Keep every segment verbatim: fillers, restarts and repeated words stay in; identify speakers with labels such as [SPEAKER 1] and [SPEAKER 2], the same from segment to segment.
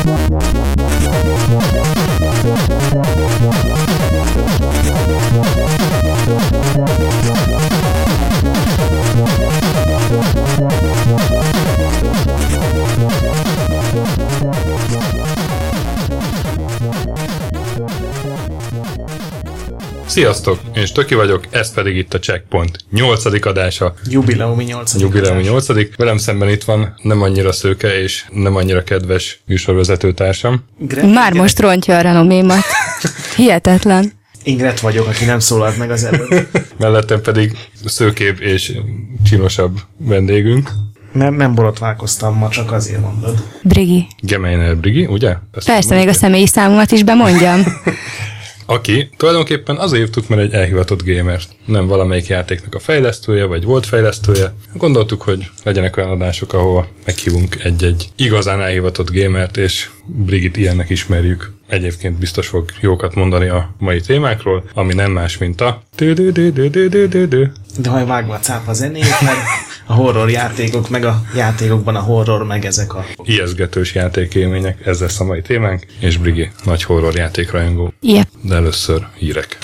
[SPEAKER 1] Sziasztok! Én Stöki vagyok, ez pedig itt a Checkpoint nyolcadik adása.
[SPEAKER 2] Jubileumi nyolcadik
[SPEAKER 1] Jubileumi nyolcadik Velem szemben itt van nem annyira szőke és nem annyira kedves műsorvezetőtársam.
[SPEAKER 3] Gret, Már Gret. Most rontja a renomémat. Hihetetlen.
[SPEAKER 2] Ingret vagyok, aki nem szólalt meg az előtt.
[SPEAKER 1] Mellettem pedig szőkébb és csinosabb vendégünk.
[SPEAKER 2] Nem, nem borotválkoztam ma, csak azért mondod.
[SPEAKER 3] Brigi.
[SPEAKER 1] Gemeiner Brigi, ugye?
[SPEAKER 3] Ezt Persze, még a személyi számomat is bemondjam.
[SPEAKER 1] Aki tulajdonképpen azért hívtuk, mert egy elhivatott gamer, nem valamelyik játéknak a fejlesztője, vagy volt fejlesztője. Gondoltuk, hogy legyenek olyan adások, ahol meghívunk egy-egy igazán elhivatott gamert, és Brigit ilyennek ismerjük. Egyébként biztos fog jókat mondani a mai témákról, ami nem más, mint a
[SPEAKER 2] de ha vágva a cápa zenéjét, meg a horror játékok, meg a játékokban a horror, meg ezek a
[SPEAKER 1] ijesztgetős játékélmények, ez lesz a mai témánk, és Brigi nagy horror játékrajongó.
[SPEAKER 3] Yep.
[SPEAKER 1] De először hírek.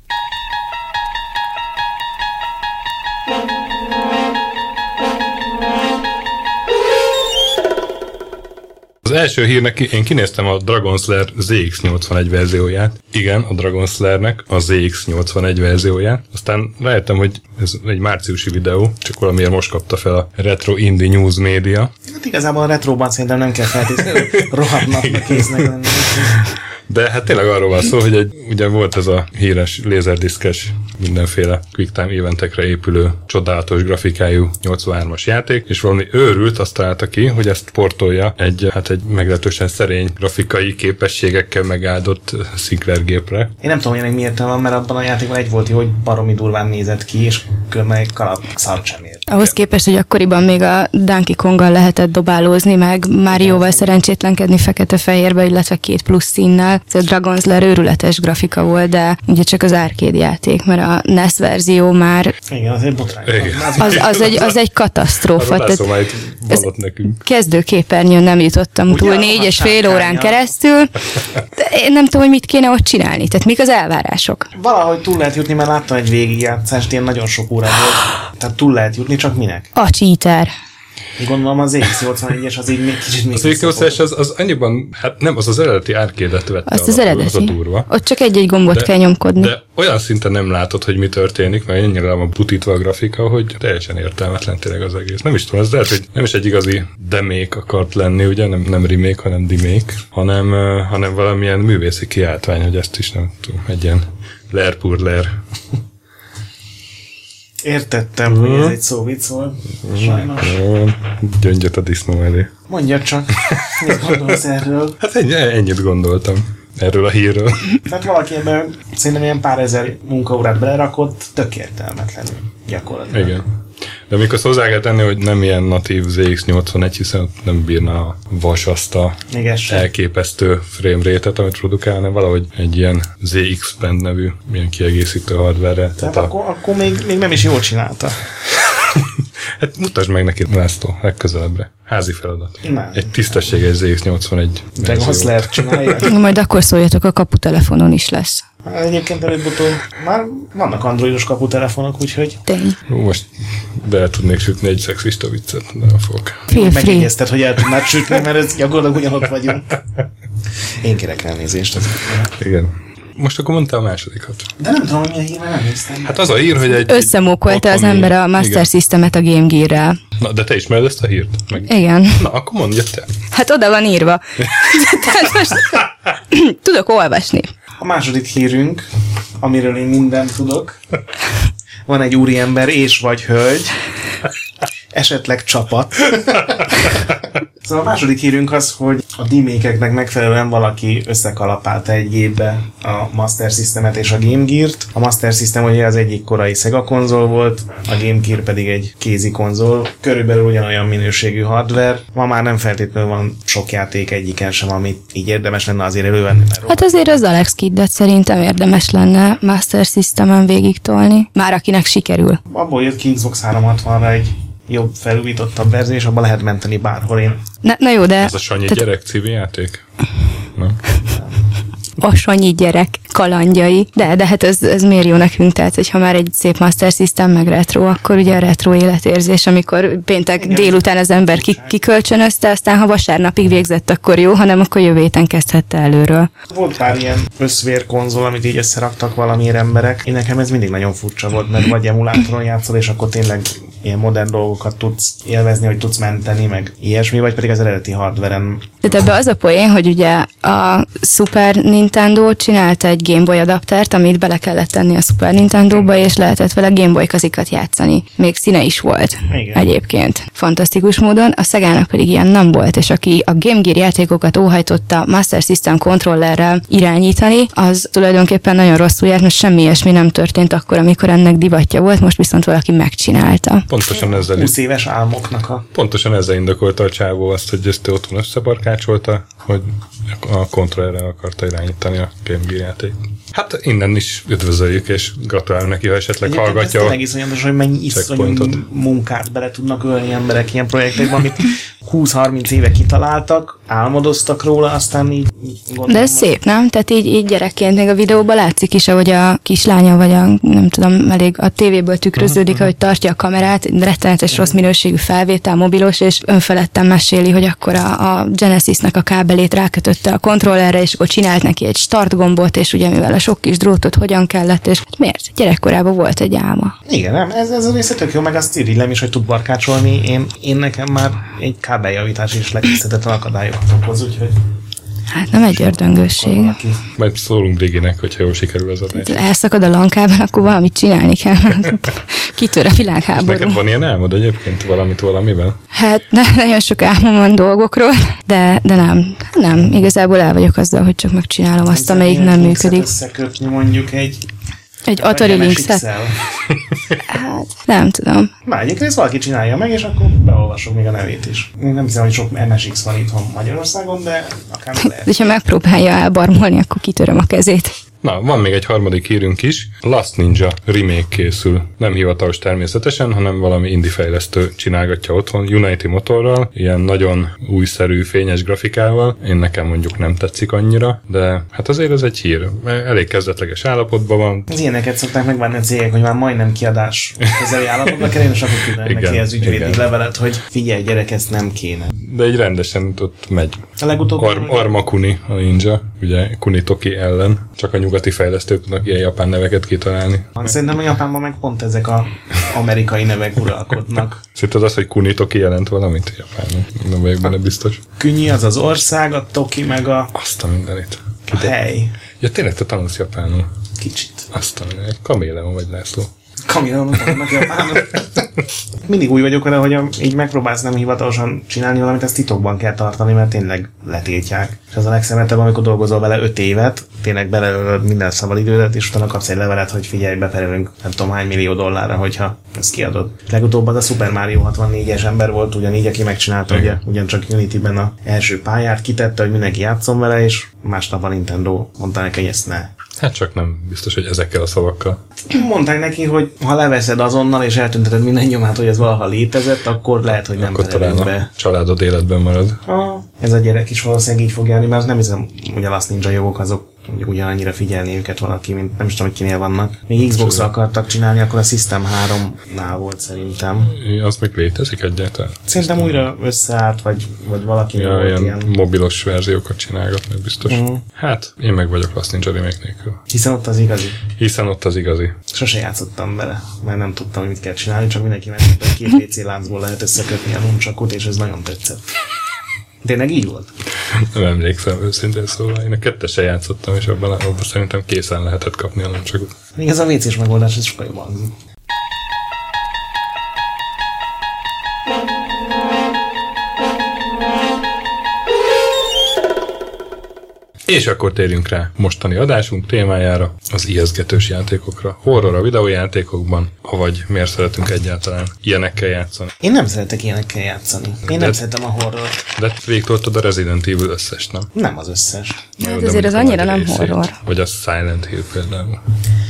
[SPEAKER 1] Az első hírnek én kinéztem a Dragon Slayer zé iksz nyolcvanegy verzióját. Igen, a Dragon Slayernek a zé iksz nyolcvanegy verzióját. Aztán rájöttem, hogy ez egy márciusi videó, csak valamiért most kapta fel a Retro Indie News Media.
[SPEAKER 2] Hát igazából a retroban szerintem nem kell feltétlenül rohadt napnak késznek lenni.
[SPEAKER 1] De hát tényleg arról van szó, hogy egy, ugye volt ez a híres lézerdiszkes, mindenféle quicktime eventekre épülő, csodálatos grafikájú nyolcvanhármas játék, és valami őrült azt találta ki, hogy ezt portolja egy, hát egy meglehetősen szerény grafikai képességekkel megáldott Sinclair gépre.
[SPEAKER 2] Én nem tudom, hogy ennek mi értelme van, mert abban a játékban egy volt, hogy baromi durván nézett ki, és különben egy kalap szart sem ért.
[SPEAKER 3] Ahhoz képest, hogy akkoriban még a Donkey Konggal lehetett dobálózni, meg Márióval szerencsétlenkedni fekete-fehérbe, illetve két plusz színnel. Ez a Dragon Slayer őrületes grafika volt, de ugye csak az arcade játék, mert a en e es verzió már...
[SPEAKER 2] Igen, az egy botrány.
[SPEAKER 3] Az, az, egy, az egy katasztrófa.
[SPEAKER 1] Arról lászom, majd vallott nekünk.
[SPEAKER 3] Kezdőképernyőn nem jutottam ugye, túl négy és fél órán keresztül. De én nem tudom, hogy mit kéne ott csinálni. Tehát mik az elvárások?
[SPEAKER 2] Valahogy túl lehet jutni, mert láttam egy végigjátszást, ilyen nagyon sok óra volt. Tehát túl lehet jutni, csak minek?
[SPEAKER 3] A cheater.
[SPEAKER 2] Gondolom az zé iksz nyolcvanegyes az így még kicsit még
[SPEAKER 1] az zé iksz nyolcvanegyes az, az annyiban, hát nem, az az eredeti arcade-et vette.
[SPEAKER 3] Azt az eredeti.
[SPEAKER 1] Az a durva.
[SPEAKER 3] Ott csak egy-egy gombot
[SPEAKER 1] de,
[SPEAKER 3] kell nyomkodni.
[SPEAKER 1] De olyan szinten nem látod, hogy mi történik, mert ennyire le van butítva a grafika, hogy teljesen értelmetlen tényleg az egész. Nem is tudom, ez lehet, hogy nem is egy igazi demék akart lenni, ugye, nem, nem remake, hanem demék, hanem, uh, hanem valamilyen művészi kiáltvány, hogy ezt is nem tudom, egy ilyen ler pur ler.
[SPEAKER 2] Értettem, uh-huh. hogy ez egy szó vicc volt. Sajnos.
[SPEAKER 1] Uh-huh. Gyöngyöt a disznó elé.
[SPEAKER 2] Mondja csak, mit gondolsz erről?
[SPEAKER 1] Hát ennyi, ennyit gondoltam erről a hírről.
[SPEAKER 2] Tehát valaki ebben szerintem ilyen pár ezer munkaórát belerakott, tök értelmetlenül gyakorlatilag.
[SPEAKER 1] Igen. De amikor hozzá kell tenni, hogy nem ilyen natív zé iksz nyolcvanegy, hiszen nem bírna a vas azt a elképesztő frame rate-et, amit produkál, hanem valahogy egy ilyen zé iksz Pen nevű ilyen kiegészítő hardware-re.
[SPEAKER 2] Tehát, Tehát a... akkor, akkor még, még nem is jól csinálta.
[SPEAKER 1] Hát mutasd meg neki, László, legközelebbre. Házi feladat.
[SPEAKER 2] Nem.
[SPEAKER 1] Egy tisztességes zé iksz nyolcvanegy.
[SPEAKER 2] De azt lehet csinálni.
[SPEAKER 3] Majd akkor szóljatok, a kaputelefonon is lesz.
[SPEAKER 2] Egyébként előbb-utóbb már vannak androidos kaputelefonok, úgyhogy...
[SPEAKER 3] Tény.
[SPEAKER 1] Most be el tudnék sütni egy szexista viccet, de nem fogok.
[SPEAKER 2] Megjegyezted, hogy el tudnád sütni, mert ez gyakorlatilag ugyanott vagyunk. Én kérek elnézést.
[SPEAKER 1] Igen. Most akkor mondta a másodikat.
[SPEAKER 2] De nem tudom, hogy milyen hír, mert nem néztem.
[SPEAKER 1] Hát az a hír, hogy egy...
[SPEAKER 3] Összemókolta az ember a Master igen. Systemet a Game Gear-rel.
[SPEAKER 1] Na, de te ismered ezt a hírt? Meg...
[SPEAKER 3] Igen.
[SPEAKER 1] Na, akkor mondja te.
[SPEAKER 3] Hát oda van írva. Tehát most tudok olvasni.
[SPEAKER 2] A második hírünk, amiről én mindent tudok, van egy úriember és vagy hölgy, esetleg csapat. Szóval a második hírünk az, hogy a demékeknek megfelelően valaki összekalapálta egy gépbe a Master Systemet és a Game Gear-t. A Master System ugye az egyik korai Sega konzol volt, a Game Gear pedig egy kézi konzol. Körülbelül ugyanolyan minőségű hardware. Ma már nem feltétlenül van sok játék egyiken sem, amit így érdemes lenne azért elővenni.
[SPEAKER 3] Hát azért az Alex Kidd-et szerintem érdemes lenne Master Systemen végig tolni. Már akinek sikerül.
[SPEAKER 2] Abból jött ki Xbox háromszázhatvanra egy jobb, felújítottabb verzió, és abban lehet menteni bárhol. Én
[SPEAKER 3] Na, na jó, de...
[SPEAKER 1] Ez a Sanyi
[SPEAKER 3] tehát,
[SPEAKER 1] gyerek című játék? Nem?
[SPEAKER 3] A Sanyi gyerek kalandjai. De, de hát ez, ez miért jó nekünk? Tehát, hogyha már egy szép Master System meg retro, akkor ugye a retro életérzés, amikor péntek igen, délután az ember ki, kikölcsönözte, aztán ha vasárnapig végzett, akkor jó, hanem akkor jövő héten kezdhette előről.
[SPEAKER 2] Volt pár ilyen összvér konzol, amit így összeraktak valamiért emberek. Én nekem ez mindig nagyon furcsa volt, mert vagy emulátoron játszol, és akkor tényleg ilyen modern dolgokat tudsz élvezni, hogy tudsz menteni, meg ilyesmi, vagy pedig az eredeti hardveren.
[SPEAKER 3] Tehát ebbe az a poén, hogy ugye a Super Nintendo csinálta egy Game Boy adaptert, amit bele kellett tenni a Super Nintendo-ba, és lehetett vele Game Boy kazikat játszani. Még színe is volt. Igen. Egyébként. Fantasztikus módon. A Segának pedig ilyen nem volt, és aki a Game Gear játékokat óhajtotta Master System kontrollerrel irányítani, az tulajdonképpen nagyon rosszul járt, mert semmi ilyesmi nem történt akkor, amikor ennek divatja volt, most viszont valaki megcsinálta.
[SPEAKER 1] Pontosan ezzel
[SPEAKER 2] húsz éves álmoknak a...
[SPEAKER 1] Pontosan ezzel indokolta a csávó azt, hogy ezt otthon összebarkácsolta, hogy a kontrollerrel akarta irányítani a Game Gear játék. Hát innen is üdvözöljük, és gratulálunk neki, ha esetleg egyébként hallgatja. Ez
[SPEAKER 2] tényleg iszonyatos, hogy mennyi iszonyú munkát bele tudnak ölni emberek ilyen projektekben, amit húsz-harminc éve kitaláltak, álmodoztak róla, aztán így gondolom.
[SPEAKER 3] De ez szép, nem? Tehát így, így gyerekként még a videóban látszik is, ahogy a kislánya, vagy a, nem tudom, elég a tévéből tükröződik, ahogy tartja a kamerát, rettenetes rossz minőségű felvétel, mobilos, és önfeledten meséli, hogy akkor a, a Genesisnek a kábelét rákötötte a kontrollerre, és akkor csinált neki egy start gombot, és ugye mivel a sok kis drótot hogyan kellett, és miért? Gyerekkorában volt egy álma.
[SPEAKER 2] Igen, nem, ez, ez a része tök jó, meg azt irigylem is, hogy tud barkácsolni. Én, én nekem már egy kábeljavítás is leküzdhetetlen akadályokat okoz, úgyhogy...
[SPEAKER 3] Hát nem egy ördöngösség.
[SPEAKER 1] Majd szólunk Briginek, hogyha jól sikerül az adás.
[SPEAKER 3] Elszakad a lankában, akkor valamit csinálni kell. Kitör a világháború.
[SPEAKER 1] Neked van ilyen álmod egyébként valamit valamivel?
[SPEAKER 3] Hát ne, nagyon sok álmom van dolgokról, de, de nem. Nem, igazából el vagyok azzal, hogy csak megcsinálom azt,
[SPEAKER 2] nem
[SPEAKER 3] amelyik nem működik.
[SPEAKER 2] Összekötni mondjuk egy
[SPEAKER 3] Egy Atari Lynx-et? Hát, nem tudom.
[SPEAKER 2] Már egyébként ezt valaki csinálja meg, és akkor beolvasok még a nevét is. Én nem hiszem, hogy sok em es iksz van itthon Magyarországon, de akár lehet.
[SPEAKER 3] De ha megpróbálja elbarmolni, akkor kitöröm a kezét.
[SPEAKER 1] Na, van még egy harmadik hírünk is. Last Ninja remake készül. Nem hivatalos természetesen, hanem valami indie fejlesztő csinálgatja otthon, Unity motorral, ilyen nagyon újszerű, fényes grafikával. Én nekem mondjuk nem tetszik annyira, de hát azért ez egy hír. Elég kezdetleges állapotban van.
[SPEAKER 2] Az ilyeneket szokták megvárni a cégek, hogy már majdnem kiadás közeli állapotban kerül, és akkor küldenek neki az ügyvédi levelet, hogy figyelj gyerek, ezt nem kéne.
[SPEAKER 1] De egy rendesen ott megy.
[SPEAKER 2] A legutóbb
[SPEAKER 1] Ar- Arma Kuni a ninja, ugye Kuni Toki ellen. Csak a nyugati fejlesztők tudnak ilyen japán neveket kitalálni.
[SPEAKER 2] Szerintem a Japánban meg pont ezek az amerikai nevek uralkodnak.
[SPEAKER 1] Szerinted az, hogy Kuni Toki jelent valamit Japánban? Nem vagyok benne biztos.
[SPEAKER 2] Künyi az az ország, a Toki meg a...
[SPEAKER 1] Azt a mindenit.
[SPEAKER 2] A hely.
[SPEAKER 1] Ja, tényleg te tanulsz japánul?
[SPEAKER 2] Kicsit.
[SPEAKER 1] Azt a mindenit. Kaméleon vagy, László.
[SPEAKER 2] Kaméleon tanulnak japánul. Mindig úgy vagyok vele, hogy így megpróbálsz nem hivatalosan csinálni valamit, ezt titokban kell tartani, mert tényleg letiltják. És az a legszemettebb, amikor dolgozol vele öt évet, tényleg beleölöd minden szabadidődet, és utána kapsz egy levelet, hogy figyelj, beperelünk nem tudom hány millió dollárra, hogyha ezt kiadod. Legutóbb az a Super Mario hatvannégyes ember volt, ugyanígy, aki megcsinálta, ugye, ugyancsak Unity-ben az első pályát, kitette, hogy mindenki játszon vele, és másnap a Nintendo mondta neki, hogy ezt ne.
[SPEAKER 1] Hát csak nem biztos, hogy ezekkel a szavakkal.
[SPEAKER 2] Mondták neki, hogy ha leveszed azonnal, és eltünteted minden nyomát, hogy ez valaha létezett, akkor lehet, hogy nem perelünk be.
[SPEAKER 1] A családod életben marad.
[SPEAKER 2] Ah, ez a gyerek is valószínűleg így fog járni, mert nem hiszem, hogy a Last Ninja jogok azok ugyanannyira figyelni őket valaki, mint nem is tudom, hogy kinél vannak. Még Xbox-ra akartak csinálni, akkor a System háromnál volt szerintem.
[SPEAKER 1] Az még létezik egyáltalán?
[SPEAKER 2] Szerintem újra összeállt, vagy, vagy valaki
[SPEAKER 1] ja,
[SPEAKER 2] volt
[SPEAKER 1] ilyen,
[SPEAKER 2] ilyen...
[SPEAKER 1] mobilos verziókat csinálgatnak biztos. Uh-huh. Hát, én meg vagyok Last Ninja remake nélkül.
[SPEAKER 2] Hiszen ott az igazi.
[SPEAKER 1] Hiszen ott az igazi.
[SPEAKER 2] Sose játszottam vele, mert nem tudtam, hogy mit kell csinálni, csak mindenki megmondta, hogy két pé cé láncból lehet összekötni a nunchakot, és ez nagyon tetszett. Tényleg így volt?
[SPEAKER 1] Nem emlékszem őszintén, szóval én a kettesen játszottam, és abban, abban szerintem készen lehetett kapni a nunchakot.
[SPEAKER 2] Még ez a vé cés megoldás, ez sokkal jobban hangzik.
[SPEAKER 1] És akkor térjünk rá mostani adásunk témájára, az ijesztgetős játékokra. Horror a videójátékokban, avagy miért szeretünk egyáltalán ilyenekkel játszani.
[SPEAKER 2] Én nem szeretek ilyenekkel játszani. Én de, nem szeretem a horrort.
[SPEAKER 1] De végtoltad a Resident Evil összes, nem?
[SPEAKER 2] Nem az összes.
[SPEAKER 3] Hát azért az annyira nem horror.
[SPEAKER 1] Vagy a Silent Hill például.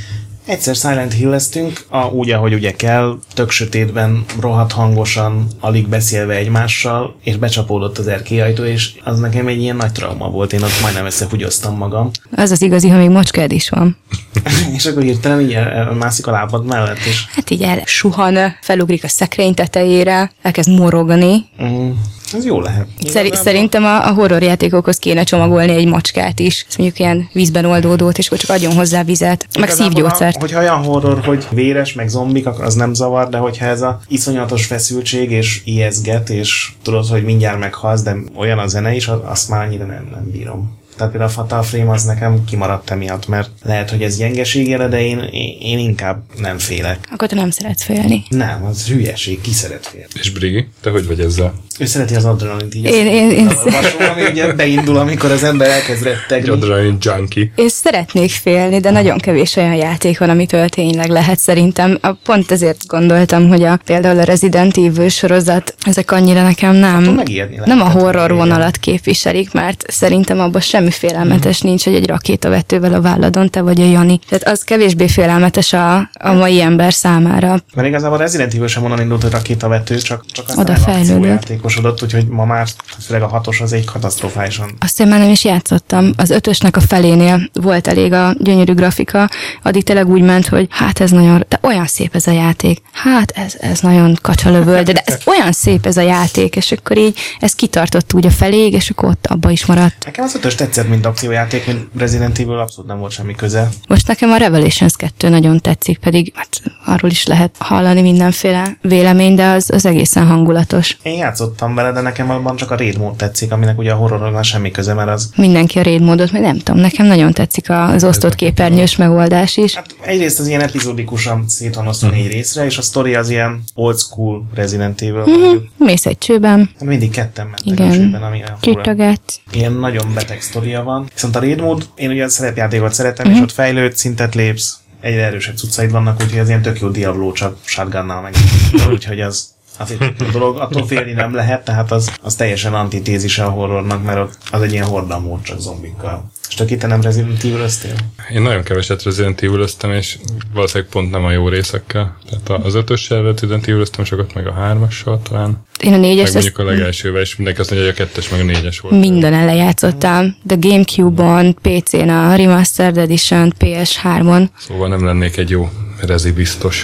[SPEAKER 2] Egyszer Silent Hill-eztünk, a, úgy, ahogy ugye kell, tök sötétben, rohadt hangosan, alig beszélve egymással, és becsapódott az erkélyajtó, és az nekem egy ilyen nagy trauma volt, én ott majdnem összehugyoztam magam.
[SPEAKER 3] Az az igazi, ha még macskád is van.
[SPEAKER 2] És akkor hirtelen így mászik a lábad mellett is.
[SPEAKER 3] Hát így elsuhan, felugrik a szekrény tetejére, elkezd morogni.
[SPEAKER 2] Mm. Ez jó lehet.
[SPEAKER 3] Szer- szerintem a, a horrorjátékokhoz kéne csomagolni egy macskát is. Ezt mondjuk ilyen vízben oldódót, és akkor csak adjon hozzá vizet. Meg szívgyógyszert.
[SPEAKER 2] Hogyha olyan horror, hogy véres, meg zombik, akkor az nem zavar, de hogyha ez a iszonyatos feszültség, és ijeszget, és tudod, hogy mindjárt meghalsz, de olyan a zene is, azt már annyira nem, nem bírom. Tehát például a Fatal Frame az nekem kimaradt emiatt, mert lehet, hogy ez gyengeség jele, de én, én inkább nem félek.
[SPEAKER 3] Akkor te nem szeretsz félni.
[SPEAKER 2] Nem, az hülyeség, ki szeret félni.
[SPEAKER 1] És Brigi, te hogy vagy ezzel?
[SPEAKER 2] Ő szereti az adrenalint így.
[SPEAKER 3] Én, én, én
[SPEAKER 2] olvasom, ami ugye beindul, amikor az ember elkezd rettegni.
[SPEAKER 1] Egy adrenalin junkie.
[SPEAKER 3] Én szeretnék félni, de nagyon kevés olyan játék van, amitől tényleg lehet szerintem. Pont ezért gondoltam, hogy a, például a Resident Evil sorozat, ezek annyira nekem nem, nem a horror vonalat képviselik, mert szerintem abban semmi félelmetes mm. nincs, hogy egy rakétavetővel a válladon te vagy a Jani. Tehát az kevésbé félelmetes a, a mai ember számára.
[SPEAKER 2] Mert igazából a Resident Evil sem onnan indult, hogy rakétavető, csak, csak
[SPEAKER 3] oda fejlődött.
[SPEAKER 2] Úgyhogy ma már főleg a hatos az egy katasztrofálisan.
[SPEAKER 3] Azt én már nem is játszottam. Az ötösnek a felénél volt elég a gyönyörű grafika, addig tényleg úgy ment, hogy hát ez nagyon, de olyan szép ez a játék. Hát ez, ez nagyon kacsalövöld, de ez olyan szép ez a játék, és akkor így ez kitartott úgy a feléig, és akkor ott abba is maradt.
[SPEAKER 2] Nekem az ötös tetszett, mint akciójáték, mint Resident Evil abszolút nem volt semmi köze.
[SPEAKER 3] Most nekem a Revelations kettő nagyon tetszik, pedig hát arról is lehet hallani mindenféle vélemény, de az, az egészen hangulatos.
[SPEAKER 2] Én játszottam vele, de nekem abban csak a raid mód tetszik, aminek ugye a horrorral semmi köze, mert az...
[SPEAKER 3] Mindenki a raid módot, mert nem tudom, nekem nagyon tetszik az osztott képernyős megoldás is.
[SPEAKER 2] Hát egyrészt az ilyen epizódikusan szét van osztva négy részre, és a sztori az ilyen old school Resident Evil.
[SPEAKER 3] Mm-hmm. Mész egy csőben.
[SPEAKER 2] Mindig ketten mentek
[SPEAKER 3] igen.
[SPEAKER 2] a csőben, ami
[SPEAKER 3] Gyűjtöget.
[SPEAKER 2] Ilyen nagyon beteg sztoria van. Viszont a raid mód, én ugye a szerepjátékot szeretem, mm-hmm. és ott fejlőd, szintet lépsz, egyre erősebb cuccaid vannak, úgyhogy az ilyen tök jó Diablo, csak shotgunnal meg. Úgyhogy az azért a dolog, attól félni nem lehet, tehát az, az teljesen antitézise a horrornak, mert az egy ilyen hordamód csak zombikkal. És te itt nem Resident Evil-öztél?
[SPEAKER 1] Én nagyon keveset Resident Evil-öztem, és valószínűleg pont nem a jó részekkel. Tehát az ötössel Resident Evil-öztem sokat, meg a hármassal talán.
[SPEAKER 3] Én a négyes...
[SPEAKER 1] Meg mondjuk a legelsővel, és mindenki azt mondja, hogy a kettes meg a négyes volt.
[SPEAKER 3] Mindenen lejátszottam. De Gamecube-on, pé cén a Remastered Edition, pé es hármon.
[SPEAKER 1] Szóval nem lennék egy jó rezi biztos.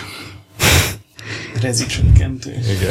[SPEAKER 2] Rezi csökkentő.
[SPEAKER 1] Igen.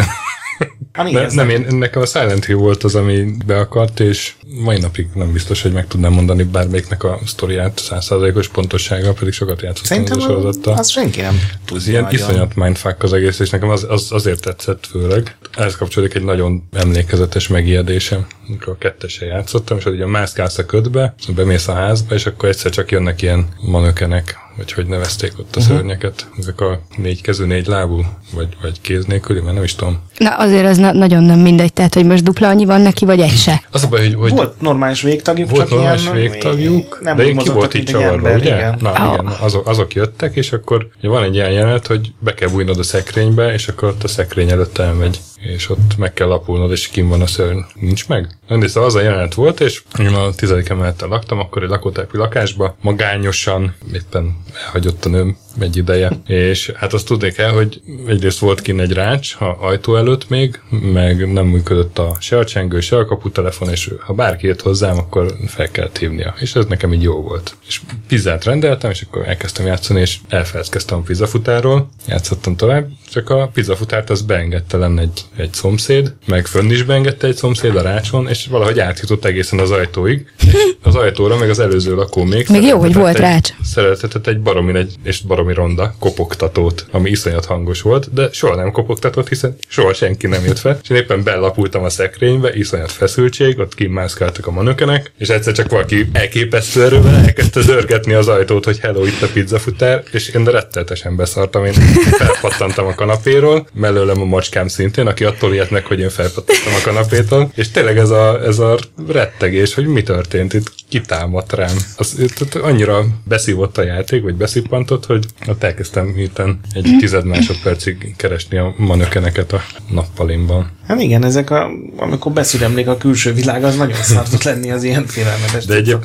[SPEAKER 1] Ne, nem, én, nekem a Silent Hill volt az, ami be akart, és mai napig nem biztos, hogy meg tudnám mondani bármelyiknek a sztoriát száz százalékos pontossággal, pedig sokat játszottam az a sorozattal.
[SPEAKER 2] Az senki nem tudja.
[SPEAKER 1] Ez ilyen iszonyat mindfuck az egész, és nekem az, az azért tetszett főleg. Ehhez kapcsolódik egy nagyon emlékezetes megijedésem, amikor a kettesen játszottam, és hogy ugye mászkálsz a ködbe, bemész a házba, és akkor egyszer csak jönnek ilyen manökenek, vagy hogy nevezték ott a uh-huh. szörnyeket. Ezek a négy kezű, négy lábú, vagy, vagy kéz nélküli, mert nem is tudom.
[SPEAKER 3] Na azért az na- nagyon nem mindegy, tehát hogy most dupla annyi van neki, vagy egy se.
[SPEAKER 1] Az a baj, hogy, hogy
[SPEAKER 2] volt normális végtagjuk,
[SPEAKER 1] volt
[SPEAKER 2] csak
[SPEAKER 1] normális
[SPEAKER 2] ilyen,
[SPEAKER 1] végtagjuk,
[SPEAKER 2] nem
[SPEAKER 1] de én ki volt így csavarva, ugye?
[SPEAKER 2] Igen.
[SPEAKER 1] Na
[SPEAKER 3] oh.
[SPEAKER 1] igen, azok, azok jöttek, és akkor ugye van egy ilyen jelenet, hogy be kell bújnod a szekrénybe, és akkor ott a szekrény előtt elmegy, és ott meg kell lapulnod, és kim van a szörny. Nincs meg? De szóval az a jelenet volt, és én a tizedik emeleten laktam, akkor egy lakótelepi lakásba, magányosan, éppen elhagyott a nőm egy ideje, és hát azt tudni kell, hogy egyrészt volt kint egy rács ha ajtó előtt még, meg nem működött a se a csengő, se a kaputelefon, és ha bárki jött hozzám, akkor fel kellett hívnia. És ez nekem így jó volt. És pizzát rendeltem, és akkor elkezdtem játszani, és elfelejtkeztem a pizzafutárról, játszottam tovább, csak a pizzafutárt az beengedte lenne egy, egy szomszéd, meg fönn is beengedte egy szomszéd a rácson, és valahogy átjutott egészen az ajtóig. Az ajtóra, meg az előző lakó még.
[SPEAKER 3] Még jó, hogy volt
[SPEAKER 1] egy, rács. Szeretetett egy baromi, egy, és baromi ronda kopogtatót, ami iszonyat hangos volt, de soha nem kopogtatott, hiszen soha senki nem jött fel. És én éppen bellapultam a szekrénybe, iszonyat feszültség, ott kimászkáltak a manökenek, és egyszer csak valaki elképesztő erővel elkezdte zörgetni az ajtót, hogy hello, itt a pizzafutár, és én de rettenetesen beszartam, én felpattantam a kanapéról, mellőlem a macskám szintén, aki attól ijednek, hogy én felpattantam a kanapétól, és tényleg ez a, ez a rettegés, hogy mi történt itt, kitámadt rám. Az, itt, annyira beszívott a játék, vagy beszippantott, hogy ott elkezdtem hirtelen egy tized másodpercig keresni a manökeneket a nappalimban.
[SPEAKER 2] Hát igen, ezek a, amikor beszüremlik a külső világ, az nagyon szar tud lenni az ilyen félelmetes.
[SPEAKER 1] De egyébként